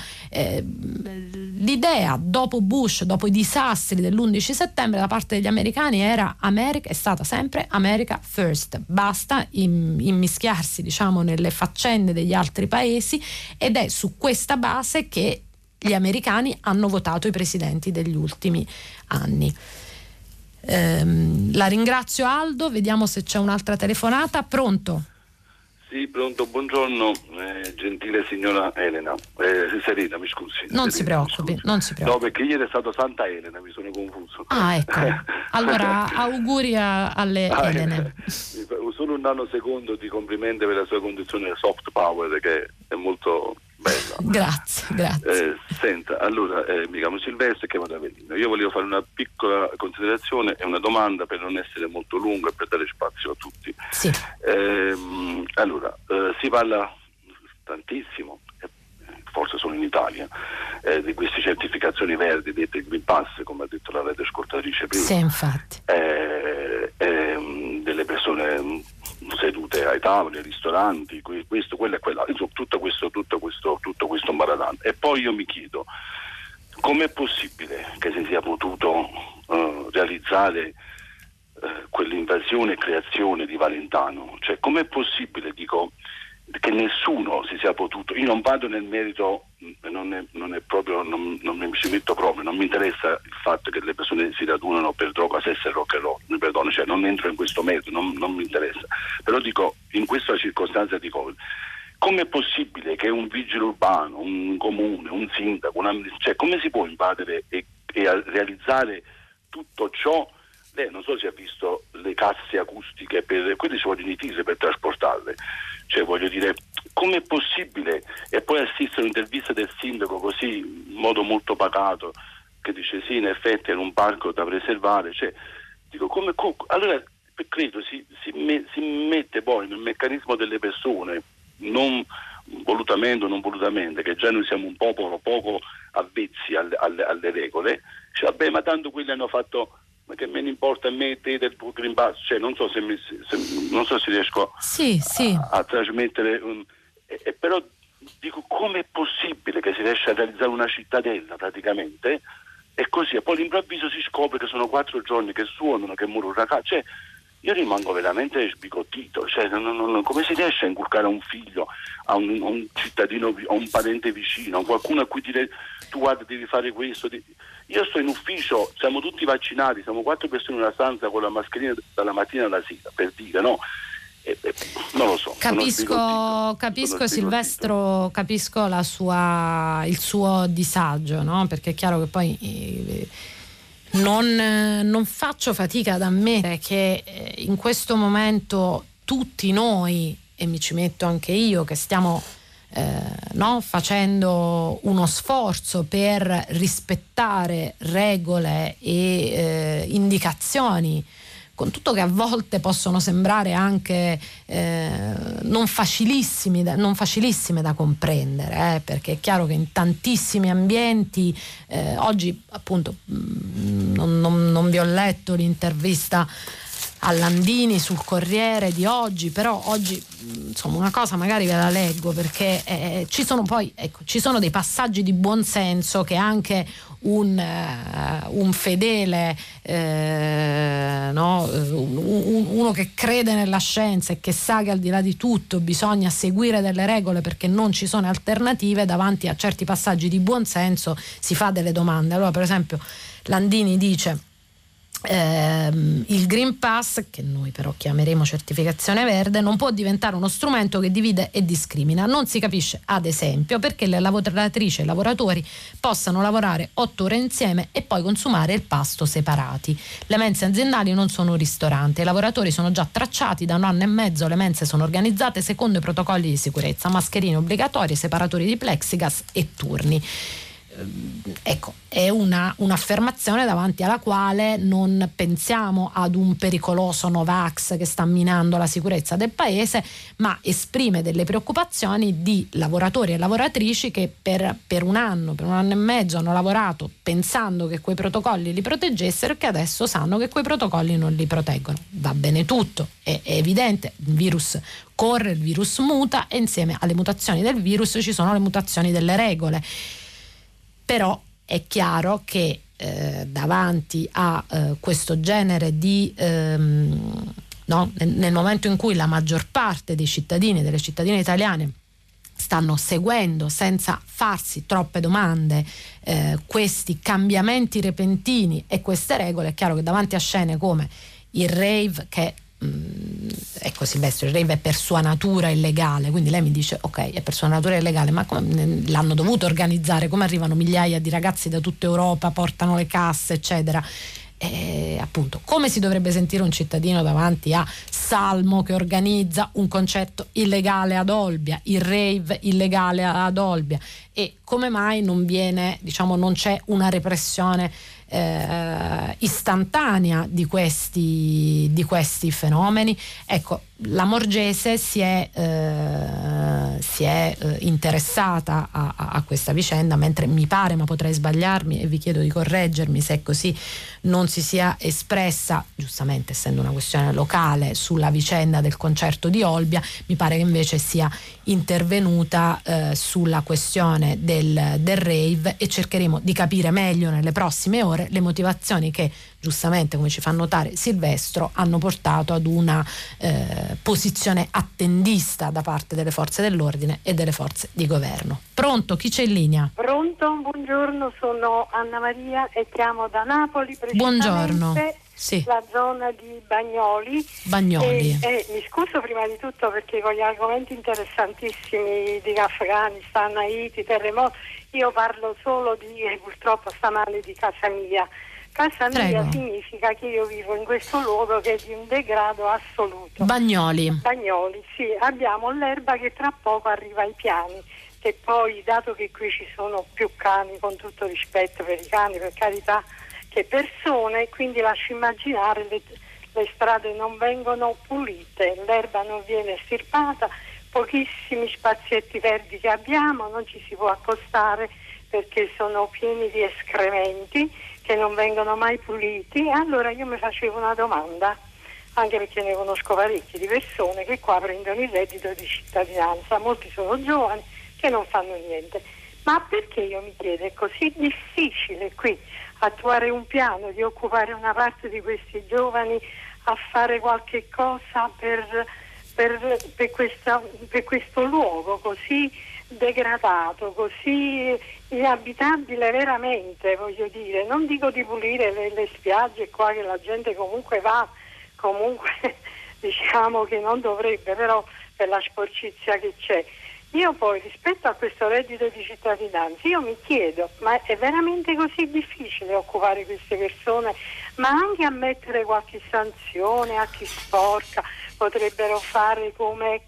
B: l'idea dopo Bush, dopo i disastri dell'11 settembre da parte degli americani è stata sempre America First, basta immischiarsi nelle faccende degli altri paesi, ed è su questa base che gli americani hanno votato i presidenti degli ultimi anni. La ringrazio Aldo, vediamo se c'è un'altra telefonata. Pronto?
D: Sì, pronto, buongiorno, gentile signora Elena, Serena, mi scusi.
B: Non si preoccupi, non si preoccupi.
D: No, perché ieri è stato Santa Elena, mi sono confuso.
B: Ah, ecco. Allora, auguri alle Elene.
D: Solo un nanosecondo di complimenti per la sua condizione soft power, che è molto bella.
B: Grazie.
D: Senta, allora, mi chiamo Silvestro e chiamo da Avellino. Io volevo fare una piccola considerazione e una domanda per non essere molto lunga e per dare spazio a tutti.
B: Sì.
D: Allora, si parla tantissimo, forse solo in Italia, di queste certificazioni verdi, dette Green Pass, come ha detto la radioascoltatrice prima.
B: Sì, infatti.
D: Delle persone sedute ai tavoli, ai ristoranti, questo, quello e quello, insomma, tutto questo maradan. E poi io mi chiedo, com'è possibile che si sia potuto realizzare quell'invasione e creazione di Valentano? Cioè, com'è possibile, dico, che nessuno si sia potuto, io non vado nel merito, non è proprio, non mi ci metto proprio, non mi interessa il fatto che le persone si radunano per droga, sesso e rock and roll, mi perdono, cioè non entro in questo merito, non mi interessa, però dico, in questa circostanza di Covid, com'è possibile che un vigile urbano, un comune, un sindaco, cioè come si può invadere e realizzare tutto ciò? Lei non so se ha visto le casse acustiche, quelli ci vogliono i tisi per trasportarle, cioè voglio dire, com'è possibile? E poi assistere all'intervista del sindaco così, in modo molto pacato, che dice sì, in effetti era un parco da preservare, cioè dico, allora credo si mette poi nel meccanismo delle persone, non volutamente o non volutamente, che già noi siamo un popolo poco avvezzi alle regole, cioè vabbè, ma tanto quelli hanno fatto, ma che me ne importa a me te del Green Pass, cioè non so se non so se riesco a trasmettere, però dico, come è possibile che si riesca a realizzare una cittadella praticamente e così, e poi all'improvviso si scopre che sono 4 giorni che suonano, che muore un ragazzo, cioè io rimango veramente sbigottito, cioè come si riesce a inculcare a un figlio, a un cittadino, a un parente vicino, a qualcuno a cui dire tu guarda devi fare questo, io sto in ufficio, siamo tutti vaccinati, siamo 4 persone in una stanza con la mascherina dalla mattina alla sera, per dire, no? Non lo so.
B: Capisco Silvestro, capisco il suo disagio, no? Perché è chiaro che poi non faccio fatica ad ammettere che in questo momento tutti noi, e mi ci metto anche io, che stiamo facendo uno sforzo per rispettare regole e indicazioni, con tutto che a volte possono sembrare anche non facilissime da comprendere, perché è chiaro che in tantissimi ambienti oggi appunto non vi ho letto l'intervista a Landini sul Corriere di oggi, però oggi insomma una cosa magari ve la leggo, perché ci sono dei passaggi di buonsenso che anche un fedele uno che crede nella scienza e che sa che al di là di tutto bisogna seguire delle regole perché non ci sono alternative, davanti a certi passaggi di buonsenso si fa delle domande. Allora, per esempio, Landini dice il Green Pass, che noi però chiameremo certificazione verde, non può diventare uno strumento che divide e discrimina. Non si capisce, ad esempio, perché le lavoratrici e i lavoratori possano lavorare 8 ore insieme e poi consumare il pasto separati. Le mense aziendali non sono un ristorante, i lavoratori sono già tracciati da 1 anno e mezzo, le mense sono organizzate secondo i protocolli di sicurezza, mascherine obbligatorie, separatori di plexigas e turni. Ecco, è un'affermazione davanti alla quale non pensiamo ad un pericoloso Novax che sta minando la sicurezza del paese, ma esprime delle preoccupazioni di lavoratori e lavoratrici che per un anno e mezzo hanno lavorato pensando che quei protocolli li proteggessero e che adesso sanno che quei protocolli non li proteggono. Va bene tutto, è evidente, il virus corre, il virus muta e insieme alle mutazioni del virus ci sono le mutazioni delle regole. Però è chiaro che davanti a questo genere di nel momento in cui la maggior parte dei cittadini e delle cittadine italiane stanno seguendo senza farsi troppe domande questi cambiamenti repentini e queste regole. È chiaro che davanti a scene come il rave, che ecco Silvestro, il rave è per sua natura illegale, quindi lei mi dice ok, è per sua natura illegale, ma come l'hanno dovuto organizzare, come arrivano migliaia di ragazzi da tutta Europa, portano le casse eccetera. Appunto, come si dovrebbe sentire un cittadino davanti a Salmo che organizza un concerto illegale ad Olbia, il rave illegale ad Olbia, e come mai non viene, diciamo, non c'è una repressione istantanea di questi fenomeni? Ecco, la Morgese si è interessata a questa vicenda, mentre mi pare, ma potrei sbagliarmi e vi chiedo di correggermi se è così, non si sia espressa, giustamente essendo una questione locale, sulla vicenda del concerto di Olbia. Mi pare che invece sia intervenuta sulla questione del rave, e cercheremo di capire meglio nelle prossime ore le motivazioni che, giustamente, come ci fa notare Silvestro, hanno portato ad una posizione attendista da parte delle forze dell'ordine e delle forze di governo. Pronto? Chi c'è in linea?
E: Pronto, buongiorno, sono Anna Maria e chiamo da Napoli,
B: buongiorno. Sì.
E: La zona di Bagnoli. E mi scuso prima di tutto perché con gli argomenti interessantissimi di Afghanistan, Haiti, terremoti, io parlo solo purtroppo stamane di casa mia. Casa mia significa che io vivo in questo luogo che è di un degrado assoluto.
B: Bagnoli,
E: sì, abbiamo l'erba che tra poco arriva ai piani, che poi, dato che qui ci sono più cani, con tutto rispetto per i cani, per carità, che persone, quindi lascio immaginare le strade non vengono pulite, l'erba non viene estirpata, pochissimi spazietti verdi che abbiamo, non ci si può accostare perché sono pieni di escrementi che non vengono mai puliti. Allora io mi facevo una domanda, anche perché ne conosco parecchie di persone che qua prendono il reddito di cittadinanza, molti sono giovani che non fanno niente, ma perché, io mi chiedo, è così difficile qui attuare un piano di occupare una parte di questi giovani a fare qualche cosa per questo luogo così degradato, così inabitabile veramente, voglio dire, non dico di pulire le spiagge qua, che la gente comunque va, diciamo che non dovrebbe, però per la sporcizia che c'è. Io poi, rispetto a questo reddito di cittadinanza, io mi chiedo, ma è veramente così difficile occupare queste persone, ma anche a mettere qualche sanzione a chi sporca? Potrebbero fare come,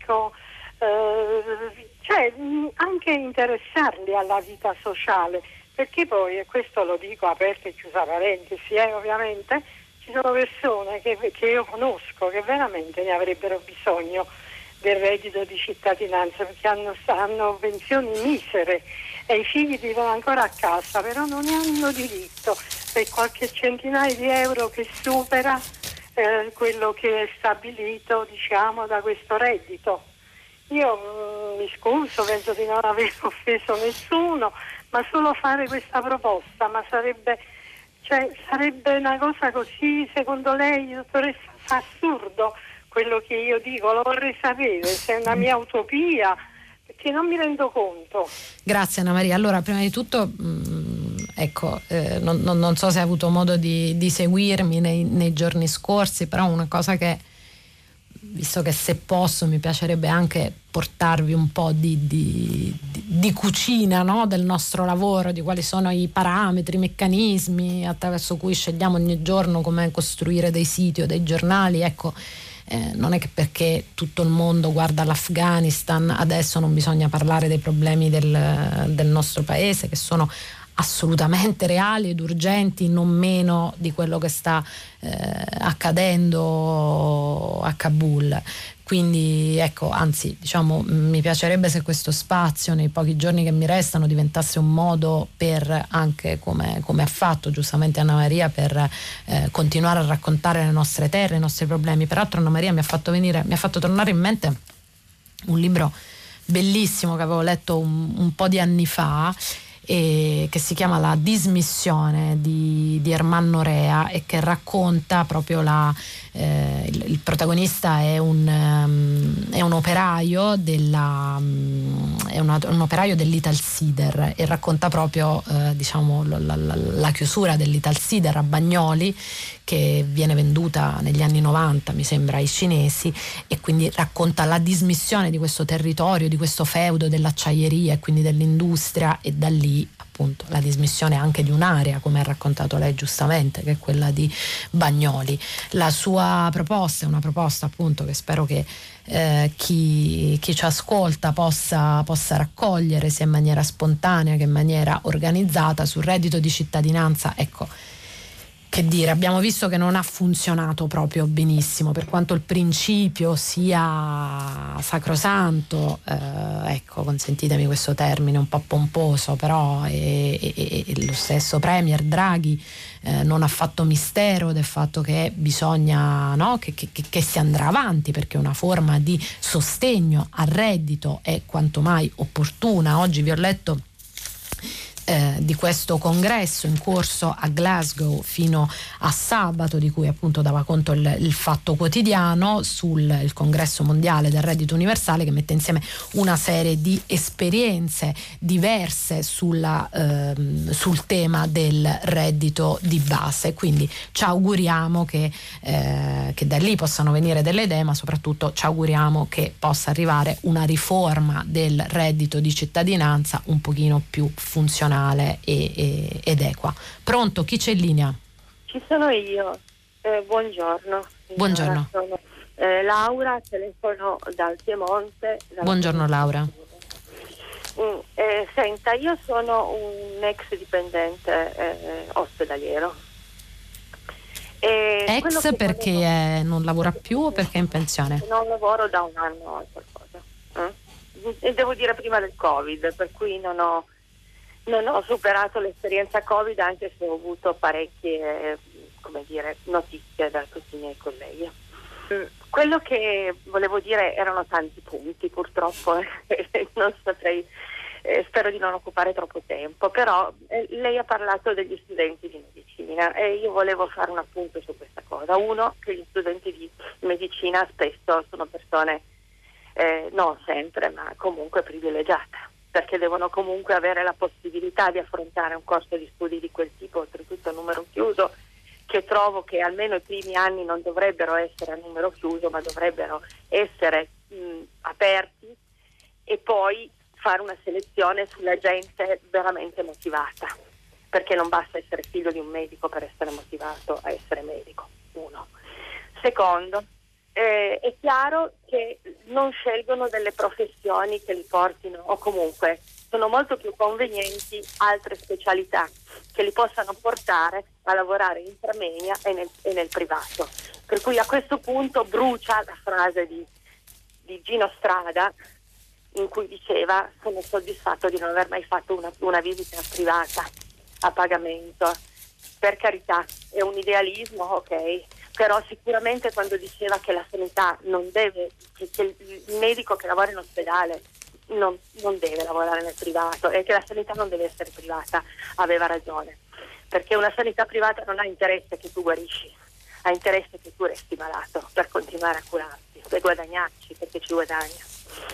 E: anche interessarli alla vita sociale, perché poi, e questo lo dico aperta e chiusa parentesi, ovviamente, ci sono persone che io conosco che veramente ne avrebbero bisogno del reddito di cittadinanza, perché hanno pensioni misere e i figli vivono ancora a casa, però non ne hanno diritto per qualche centinaio di euro che supera quello che è stabilito, diciamo, da questo reddito. Io mi scuso, penso di non aver offeso nessuno, ma solo fare questa proposta, ma sarebbe una cosa così, secondo lei, dottoressa, assurdo quello che io dico? Lo vorrei sapere, se è una mia utopia, perché non mi rendo conto.
B: Grazie Anna Maria. Allora, prima di tutto non so se hai avuto modo di seguirmi nei giorni scorsi, però una cosa che, visto che se posso mi piacerebbe anche portarvi un po' di cucina, no? Del nostro lavoro, di quali sono i parametri, i meccanismi attraverso cui scegliamo ogni giorno come costruire dei siti o dei giornali. Ecco, non è che perché tutto il mondo guarda l'Afghanistan adesso non bisogna parlare dei problemi del nostro paese, che sono assolutamente reali ed urgenti, non meno di quello che sta accadendo a Kabul. Quindi ecco, anzi, diciamo, mi piacerebbe se questo spazio nei pochi giorni che mi restano diventasse un modo per, anche come ha fatto giustamente Anna Maria, per continuare a raccontare le nostre terre, i nostri problemi. Peraltro Anna Maria mi ha fatto tornare in mente un libro bellissimo che avevo letto un po' di anni fa, che si chiama La dismissione di Ermanno Rea, e che racconta proprio il protagonista è un operaio un operaio dell'Italsider e racconta proprio diciamo la chiusura dell'Italsider a Bagnoli, che viene venduta negli anni 90 mi sembra ai cinesi, e quindi racconta la dismissione di questo territorio, di questo feudo dell'acciaieria e quindi dell'industria, e da lì appunto la dismissione anche di un'area, come ha raccontato lei giustamente, che è quella di Bagnoli. La sua proposta è una proposta appunto che spero che chi ci ascolta possa raccogliere, sia in maniera spontanea che in maniera organizzata, sul reddito di cittadinanza. Ecco, che dire, abbiamo visto che non ha funzionato proprio benissimo, per quanto il principio sia sacrosanto, ecco, consentitemi questo termine un po' pomposo, però lo stesso Premier Draghi non ha fatto mistero del fatto che bisogna, no, che si andrà avanti, perché una forma di sostegno al reddito è quanto mai opportuna. Oggi vi ho letto di questo congresso in corso a Glasgow fino a sabato, di cui appunto dava conto il Fatto Quotidiano, sul congresso mondiale del reddito universale, che mette insieme una serie di esperienze diverse sul tema del reddito di base. Quindi ci auguriamo che da lì possano venire delle idee, ma soprattutto ci auguriamo che possa arrivare una riforma del reddito di cittadinanza un pochino più funzionale ed equa. Pronto? Chi c'è in linea?
F: Ci sono io. Buongiorno.
B: Buongiorno.
F: Sono Laura, telefono dal Piemonte.
B: Buongiorno Laura.
F: Senta, io sono un ex dipendente ospedaliero.
B: Ex perché non lavora più o perché è in pensione?
F: Non lavoro da un anno o qualcosa. E devo dire prima del Covid, per cui non ho superato l'esperienza Covid, anche se ho avuto parecchie notizie da tutti i miei colleghi. Quello che volevo dire erano tanti punti, purtroppo non saprei, spero di non occupare troppo tempo, però lei ha parlato degli studenti di medicina e io volevo fare un appunto su questa cosa. Uno, che gli studenti di medicina spesso sono persone, non sempre, ma comunque privilegiate, perché devono comunque avere la possibilità di affrontare un corso di studi di quel tipo, oltretutto a numero chiuso, che trovo che almeno i primi anni non dovrebbero essere a numero chiuso, ma dovrebbero essere aperti, e poi fare una selezione sulla gente veramente motivata, perché non basta essere figlio di un medico per essere motivato a essere medico. Uno. Secondo, è chiaro che non scelgono delle professioni che li portino, o comunque sono molto più convenienti altre specialità che li possano portare a lavorare in Tramenia e nel privato. Per cui a questo punto brucia la frase di Gino Strada, in cui diceva: sono soddisfatto di non aver mai fatto una visita privata a pagamento. Per carità, è un idealismo, ok, però sicuramente quando diceva che la sanità non deve, che il medico che lavora in ospedale non deve lavorare nel privato e che la sanità non deve essere privata, aveva ragione, perché una sanità privata non ha interesse che tu guarisci, ha interesse che tu resti malato per continuare a curarti, per guadagnarci, perché ci guadagna.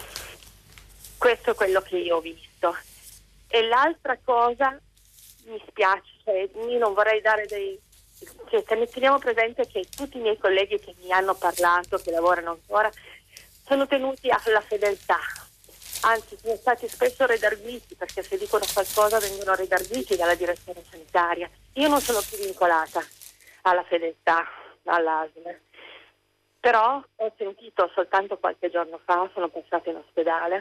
F: Questo è quello che io ho visto. E l'altra cosa, mi spiace, cioè, io non vorrei dare teniamo presente che tutti i miei colleghi che mi hanno parlato, che lavorano ancora, sono tenuti alla fedeltà, anzi sono stati spesso redarguiti, perché se dicono qualcosa vengono redarguiti dalla direzione sanitaria. Io non sono più vincolata alla fedeltà, all'ASL, però ho sentito soltanto qualche giorno fa, sono passata in ospedale,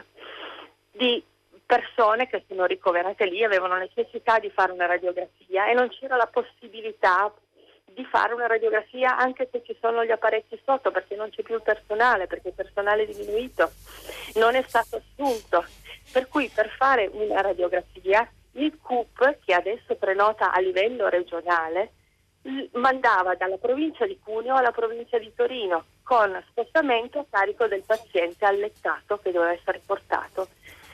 F: di persone che sono ricoverate lì, avevano necessità di fare una radiografia e non c'era la possibilità di fare una radiografia anche se ci sono gli apparecchi sotto, perché non c'è più il personale, perché il personale è diminuito, non è stato assunto. Per cui per fare una radiografia il CUP, che adesso prenota a livello regionale, mandava dalla provincia di Cuneo alla provincia di Torino, con spostamento a carico del paziente allettato, che doveva essere portato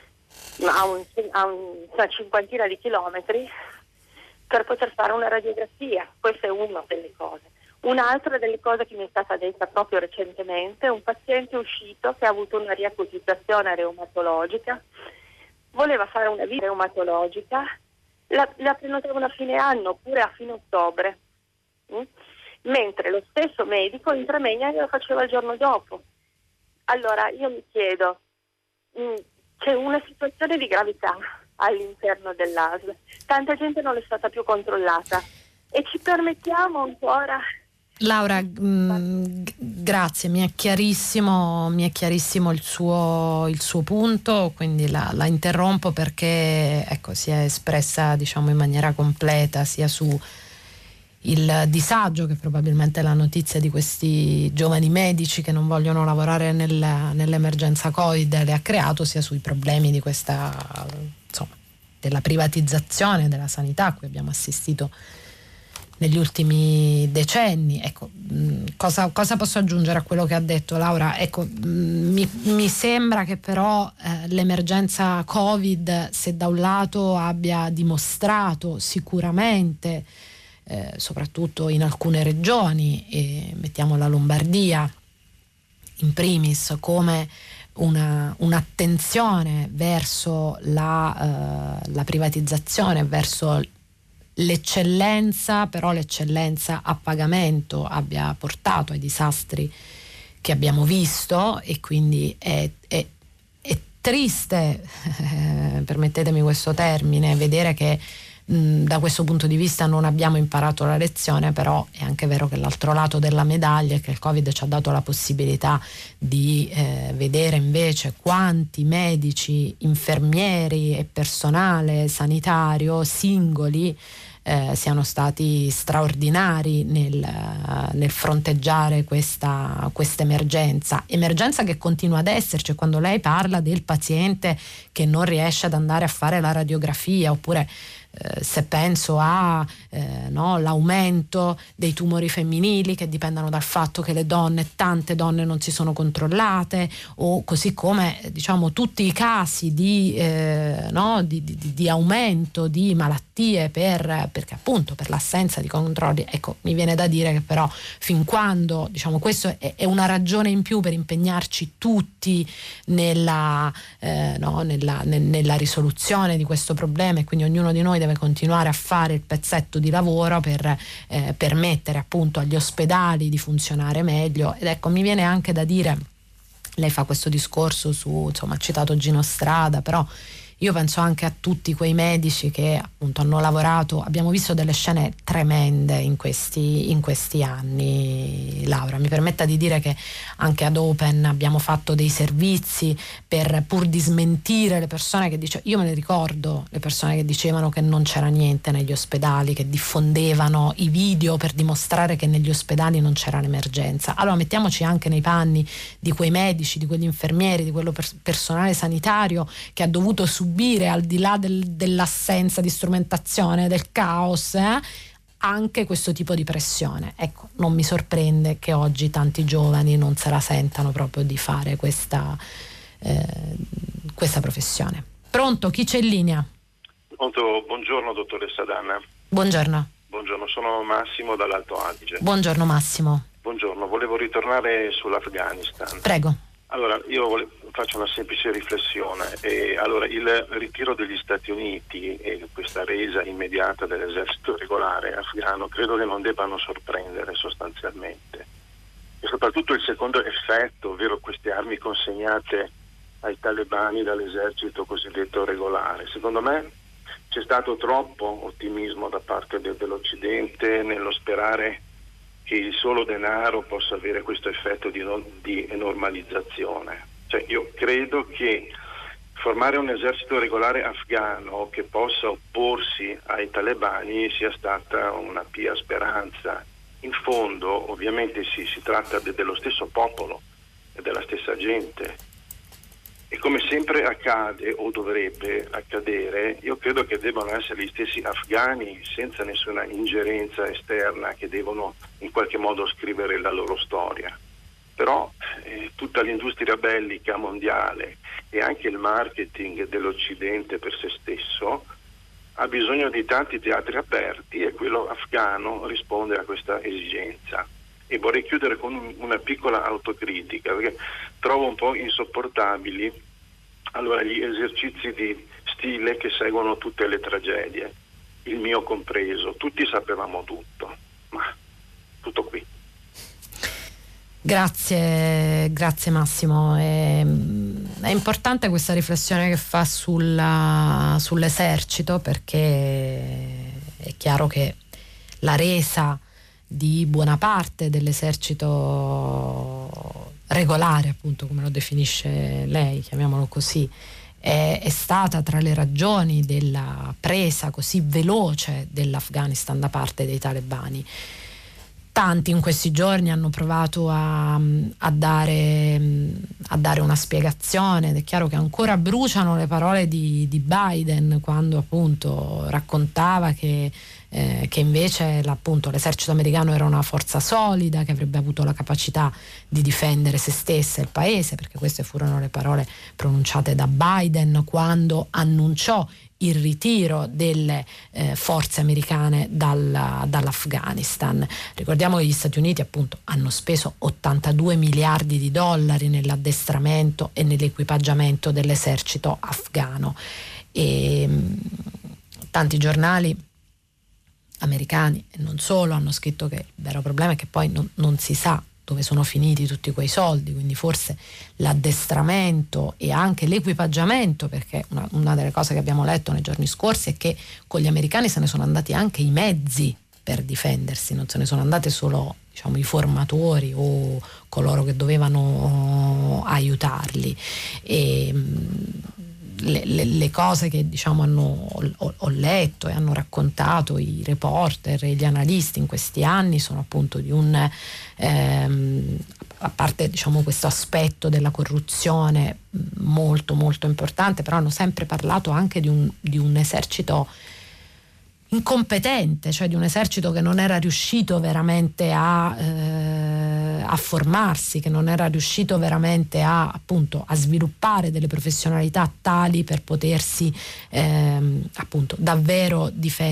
F: a una cinquantina di chilometri per poter fare una radiografia. Questa è una delle cose. Un'altra delle cose che mi è stata detta proprio recentemente, un paziente uscito che ha avuto una riacutizzazione reumatologica voleva fare una visita reumatologica, la prenotavano a fine anno oppure a fine ottobre, mentre lo stesso medico intramegna lo faceva il giorno dopo. Allora io mi chiedo, c'è una situazione di gravità all'interno dell'ASL, tanta gente non è stata più controllata e ci permettiamo ancora.
B: Laura, grazie, mi è chiarissimo il suo punto, quindi la interrompo perché si è espressa, diciamo, in maniera completa sia su il disagio che probabilmente la notizia di questi giovani medici che non vogliono lavorare nell'emergenza Covid le ha creato, sia sui problemi di questa, insomma, della privatizzazione della sanità a cui abbiamo assistito negli ultimi decenni. Ecco, cosa posso aggiungere a quello che ha detto Laura? Ecco, mi sembra che però l'emergenza Covid, se da un lato abbia dimostrato sicuramente, soprattutto in alcune regioni, e mettiamo la Lombardia in primis, come un'attenzione verso la privatizzazione, verso l'eccellenza, però l'eccellenza a pagamento abbia portato ai disastri che abbiamo visto, e quindi è triste, permettetemi questo termine, vedere che da questo punto di vista non abbiamo imparato la lezione. Però è anche vero che l'altro lato della medaglia è che il Covid ci ha dato la possibilità di vedere invece quanti medici, infermieri e personale sanitario singoli siano stati straordinari nel fronteggiare questa emergenza che continua ad esserci. Quando lei parla del paziente che non riesce ad andare a fare la radiografia, oppure se penso a l'aumento dei tumori femminili che dipendono dal fatto che tante donne non si sono controllate, o così come, diciamo, tutti i casi di aumento di malattie perché appunto per l'assenza di controlli. Ecco, mi viene da dire che però fin quando, diciamo, questo è una ragione in più per impegnarci tutti nella risoluzione di questo problema, e quindi ognuno di noi deve continuare a fare il pezzetto di lavoro per permettere appunto agli ospedali di funzionare meglio. Ed ecco, mi viene anche da dire, lei fa questo discorso su, insomma, ha citato Gino Strada, però io penso anche a tutti quei medici che appunto hanno lavorato. Abbiamo visto delle scene tremende in questi anni. Laura, mi permetta di dire che anche ad Open abbiamo fatto dei servizi pur di smentire le persone che dicevano, io me ne ricordo, le persone che dicevano che non c'era niente negli ospedali, che diffondevano i video per dimostrare che negli ospedali non c'era l'emergenza. Allora mettiamoci anche nei panni di quei medici, di quegli infermieri, di quello personale sanitario che ha dovuto subire, al di là dell'assenza di strumentazione, del caos, anche questo tipo di pressione. Ecco, non mi sorprende che oggi tanti giovani non se la sentano proprio di fare questa professione. Pronto? Chi c'è in linea?
G: Pronto, buongiorno dottoressa Danna.
B: Buongiorno.
G: Buongiorno, sono Massimo dall'Alto Adige.
B: Buongiorno Massimo.
G: Buongiorno, volevo ritornare sull'Afghanistan.
B: Prego.
G: Allora, io faccio una semplice riflessione. Allora, il ritiro degli Stati Uniti e questa resa immediata dell'esercito regolare afghano credo che non debbano sorprendere sostanzialmente. E soprattutto il secondo effetto, ovvero queste armi consegnate ai talebani dall'esercito cosiddetto regolare. Secondo me c'è stato troppo ottimismo da parte dell'Occidente nello sperare che il solo denaro possa avere questo effetto di normalizzazione. Cioè, io credo che formare un esercito regolare afghano che possa opporsi ai talebani sia stata una pia speranza. In fondo, ovviamente si tratta dello stesso popolo e della stessa gente. E come sempre accade o dovrebbe accadere, io credo che debbano essere gli stessi afghani, senza nessuna ingerenza esterna, che devono in qualche modo scrivere la loro storia. Però tutta l'industria bellica mondiale e anche il marketing dell'Occidente per se stesso ha bisogno di tanti teatri aperti, e quello afghano risponde a questa esigenza. E vorrei chiudere con una piccola autocritica, perché trovo un po' insopportabili Allora, gli esercizi di stile che seguono tutte le tragedie, il mio compreso, tutti sapevamo tutto, ma tutto qui.
B: Grazie Massimo. È importante questa riflessione che fa sull'esercito, perché è chiaro che la resa di buona parte dell'esercito regolare, appunto come lo definisce lei, chiamiamolo così, è stata tra le ragioni della presa così veloce dell'Afghanistan da parte dei talebani. Tanti in questi giorni hanno provato a dare una spiegazione, ed è chiaro che ancora bruciano le parole di Biden quando appunto raccontava che invece appunto l'esercito americano era una forza solida, che avrebbe avuto la capacità di difendere se stessa e il paese, perché queste furono le parole pronunciate da Biden quando annunciò il ritiro delle forze americane dall'Afghanistan. Ricordiamo che gli Stati Uniti appunto hanno speso 82 miliardi di dollari nell'addestramento e nell'equipaggiamento dell'esercito afghano, e tanti giornali americani e non solo hanno scritto che il vero problema è che poi non si sa dove sono finiti tutti quei soldi, quindi forse l'addestramento e anche l'equipaggiamento, perché una delle cose che abbiamo letto nei giorni scorsi è che con gli americani se ne sono andati anche i mezzi per difendersi, non se ne sono andate solo, diciamo, i formatori o coloro che dovevano aiutarli. E le cose che, diciamo, ho letto e hanno raccontato i reporter e gli analisti in questi anni sono appunto di a parte, diciamo, questo aspetto della corruzione molto molto importante, però hanno sempre parlato anche di un esercito incompetente, cioè di un esercito che non era riuscito veramente a formarsi, che non era riuscito veramente appunto a sviluppare delle professionalità tali per potersi appunto davvero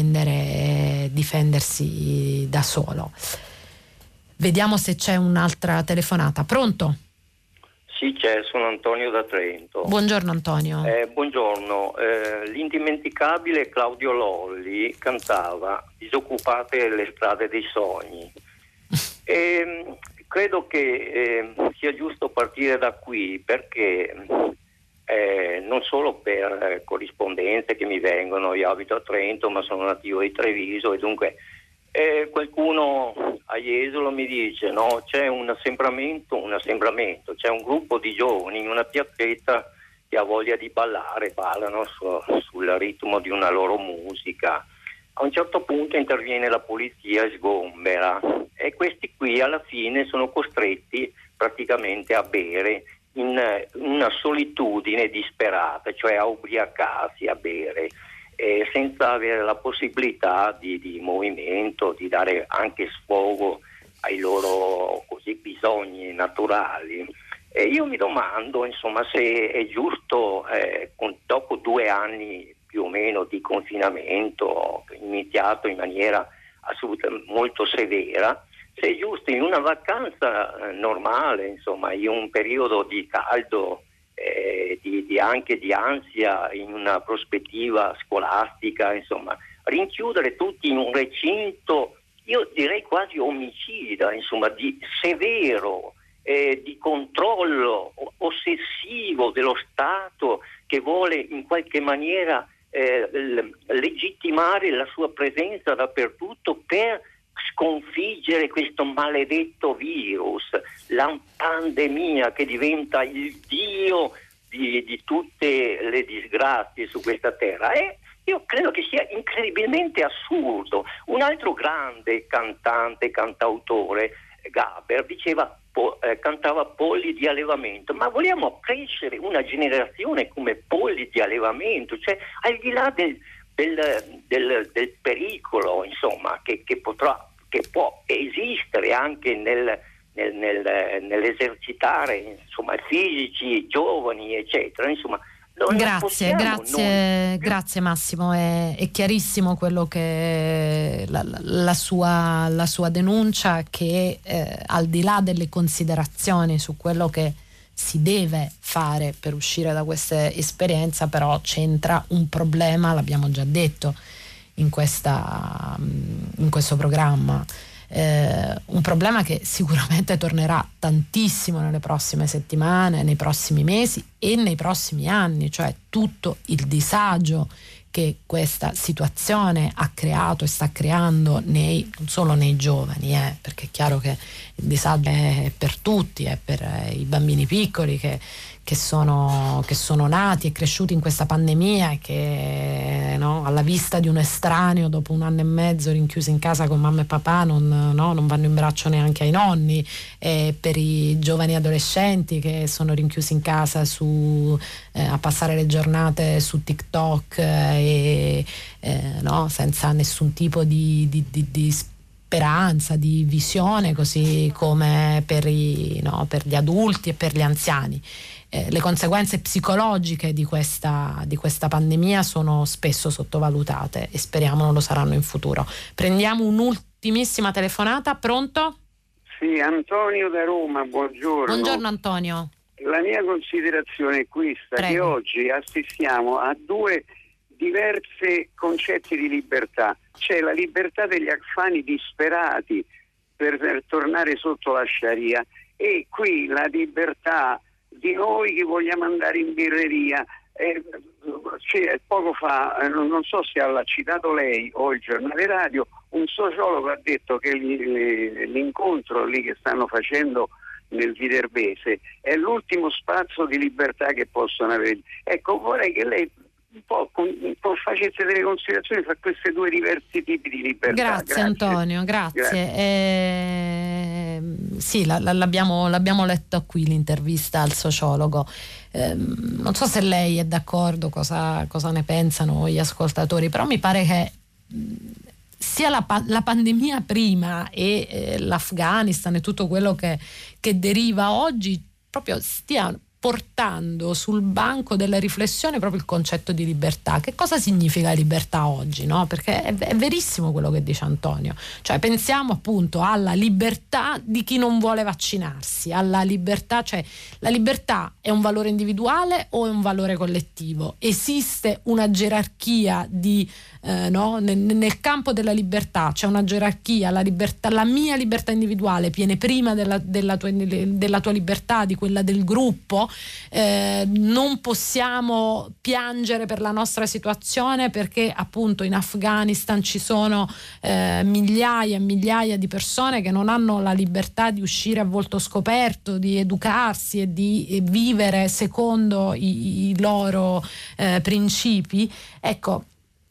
B: difendersi da solo. Vediamo se c'è un'altra telefonata. Pronto?
H: Sì, c'è, sono Antonio da Trento.
B: Buongiorno Antonio.
H: Buongiorno, l'indimenticabile Claudio Lolli cantava "Disoccupate le strade dei sogni". Credo che sia giusto partire da qui, perché non solo per corrispondenze che mi vengono, io abito a Trento ma sono nativo di Treviso, e dunque qualcuno a Jesolo mi dice no, c'è un assembramento, c'è un gruppo di giovani in una piazzetta che ha voglia di ballare, ballano sul ritmo di una loro musica. A un certo punto interviene la polizia e sgombera, e questi qui alla fine sono costretti praticamente a bere in una solitudine disperata, cioè a ubriacarsi, a bere, senza avere la possibilità di movimento, di dare anche sfogo ai loro così bisogni naturali. E io mi domando, insomma, se è giusto, dopo 2 anni più o meno di confinamento iniziato in maniera assolutamente molto severa, se è giusto in una vacanza normale, insomma, in un periodo di caldo, anche di ansia, in una prospettiva scolastica, insomma, rinchiudere tutti in un recinto, io direi quasi omicida, insomma, di severo, di controllo ossessivo dello Stato, che vuole in qualche maniera legittimare la sua presenza dappertutto per sconfiggere questo maledetto virus, la pandemia che diventa il dio di tutte le disgrazie su questa terra. E io credo che sia incredibilmente assurdo. Un altro grande cantautore, Gaber, cantava polli di allevamento, ma vogliamo crescere una generazione come polli di allevamento? Cioè, al di là del pericolo, insomma, che può esistere anche nell'esercitare, insomma, fisici giovani, eccetera, insomma.
B: Grazie Massimo, è chiarissimo quello che la sua denuncia, che al di là delle considerazioni su quello che si deve fare per uscire da questa esperienza, però c'entra un problema, l'abbiamo già detto in questo programma, un problema che sicuramente tornerà tantissimo nelle prossime settimane, nei prossimi mesi e nei prossimi anni, cioè tutto il disagio che questa situazione ha creato e sta creando non solo nei giovani, perché è chiaro che il disagio è per tutti, è per i bambini piccoli che sono nati e cresciuti in questa pandemia e che alla vista di un estraneo dopo 1 anno e mezzo rinchiusi in casa con mamma e papà non vanno in braccio neanche ai nonni, e per i giovani adolescenti che sono rinchiusi in casa a passare le giornate su TikTok senza nessun tipo di speranza, di visione, così come per gli adulti e per gli anziani. Le conseguenze psicologiche di questa pandemia sono spesso sottovalutate e speriamo non lo saranno in futuro. Prendiamo un'ultimissima telefonata. Pronto?
I: Sì, Antonio da Roma, buongiorno.
B: Buongiorno Antonio.
I: La mia considerazione è questa:
B: Prego.
I: che oggi assistiamo a 2 diversi concetti di libertà. C'è la libertà degli afghani disperati per tornare sotto la Sharia, e qui la libertà di noi che vogliamo andare in birreria. Poco fa, non so se l'ha citato lei o il giornale radio, un sociologo ha detto che l'incontro lì che stanno facendo nel Viterbese è l'ultimo spazio di libertà che possono avere. Ecco, vorrei che lei un po' facesse delle considerazioni fra questi 2 diversi tipi di libertà.
B: Grazie. Antonio, grazie. Sì, l'abbiamo letto qui l'intervista al sociologo. Non so se lei è d'accordo, cosa ne pensano gli ascoltatori, però mi pare che sia la pandemia prima e l'Afghanistan e tutto quello che deriva oggi proprio stia portando sul banco della riflessione proprio il concetto di libertà. Che cosa significa libertà oggi, no? Perché è verissimo quello che dice Antonio, cioè pensiamo appunto alla libertà di chi non vuole vaccinarsi, alla libertà, cioè la libertà è un valore individuale o è un valore collettivo? Esiste una gerarchia nel campo della libertà c'è una gerarchia, la mia libertà individuale viene prima della tua libertà, di quella del gruppo. Non possiamo piangere per la nostra situazione perché appunto in Afghanistan ci sono migliaia e migliaia di persone che non hanno la libertà di uscire a volto scoperto, di educarsi e di vivere secondo i loro principi. Ecco,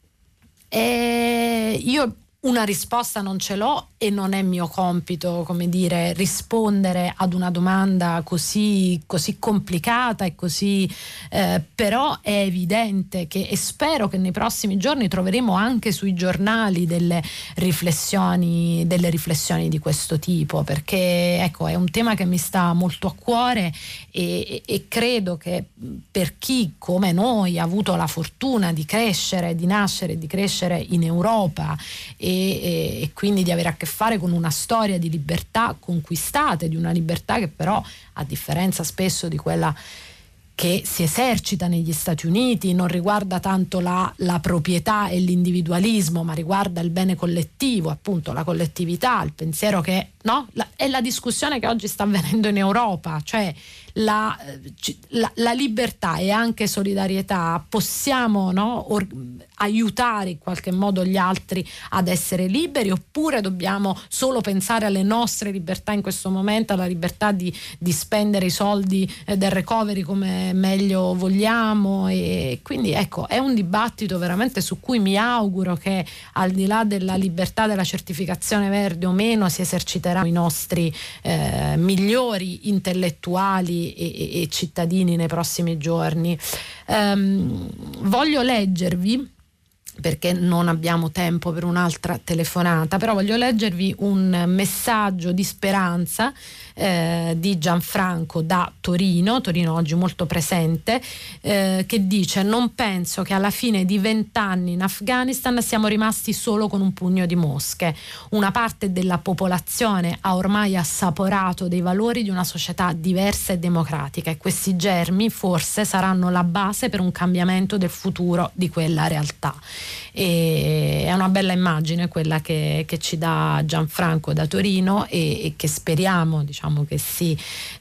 B: io una risposta non ce l'ho e non è mio compito, come dire, rispondere ad una domanda così complicata e così però è evidente che, e spero che nei prossimi giorni troveremo anche sui giornali delle riflessioni di questo tipo, perché ecco, è un tema che mi sta molto a cuore e credo che per chi come noi ha avuto la fortuna di crescere, di nascere e di crescere in Europa e quindi di avere a che fare con una storia di libertà conquistate, di una libertà che però, a differenza spesso di quella che si esercita negli Stati Uniti, non riguarda tanto la proprietà e l'individualismo, ma riguarda il bene collettivo, appunto la collettività, il pensiero che è la discussione che oggi sta avvenendo in Europa, cioè la libertà e anche solidarietà. Possiamo aiutare in qualche modo gli altri ad essere liberi, oppure dobbiamo solo pensare alle nostre libertà in questo momento, alla libertà di spendere i soldi del recovery come meglio vogliamo? E quindi ecco, è un dibattito veramente su cui mi auguro che, al di là della libertà della certificazione verde o meno, si eserciteranno i nostri migliori intellettuali e cittadini nei prossimi giorni. Voglio leggervi, perché non abbiamo tempo per un'altra telefonata, però voglio leggervi un messaggio di speranza di Gianfranco da Torino oggi molto presente, che dice: non penso che alla fine di 20 anni in Afghanistan siamo rimasti solo con un pugno di mosche. Una parte della popolazione ha ormai assaporato dei valori di una società diversa e democratica, e questi germi forse saranno la base per un cambiamento del futuro di quella realtà. E è una bella immagine quella che ci dà Gianfranco da Torino, e che speriamo, diciamo, che sì,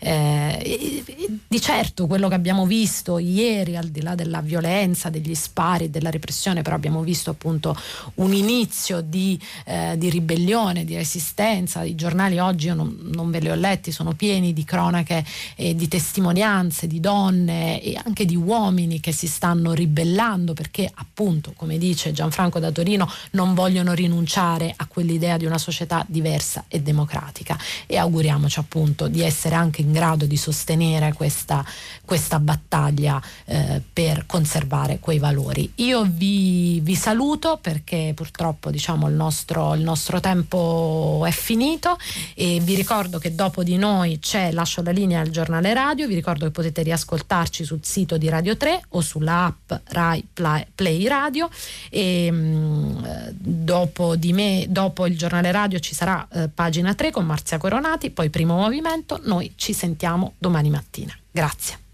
B: di certo quello che abbiamo visto ieri, al di là della violenza, degli spari, della repressione, però abbiamo visto appunto un inizio di ribellione, di resistenza. I giornali oggi, io non ve li ho letti, sono pieni di cronache e di testimonianze di donne e anche di uomini che si stanno ribellando perché, appunto, come dice Gianfranco da Torino, non vogliono rinunciare a quell'idea di una società diversa e democratica, e auguriamoci appunto di essere anche in grado di sostenere questa battaglia per conservare quei valori. Io vi saluto perché purtroppo, diciamo, il nostro tempo è finito, e vi ricordo che dopo di noi c'è Lascio la linea al giornale radio. Vi ricordo che potete riascoltarci sul sito di Radio 3 o sulla app Rai Play Radio, e dopo di me, dopo il giornale radio, ci sarà Pagina 3 con Marzia Coronati, poi Primo Movimento. Noi ci sentiamo domani mattina. Grazie.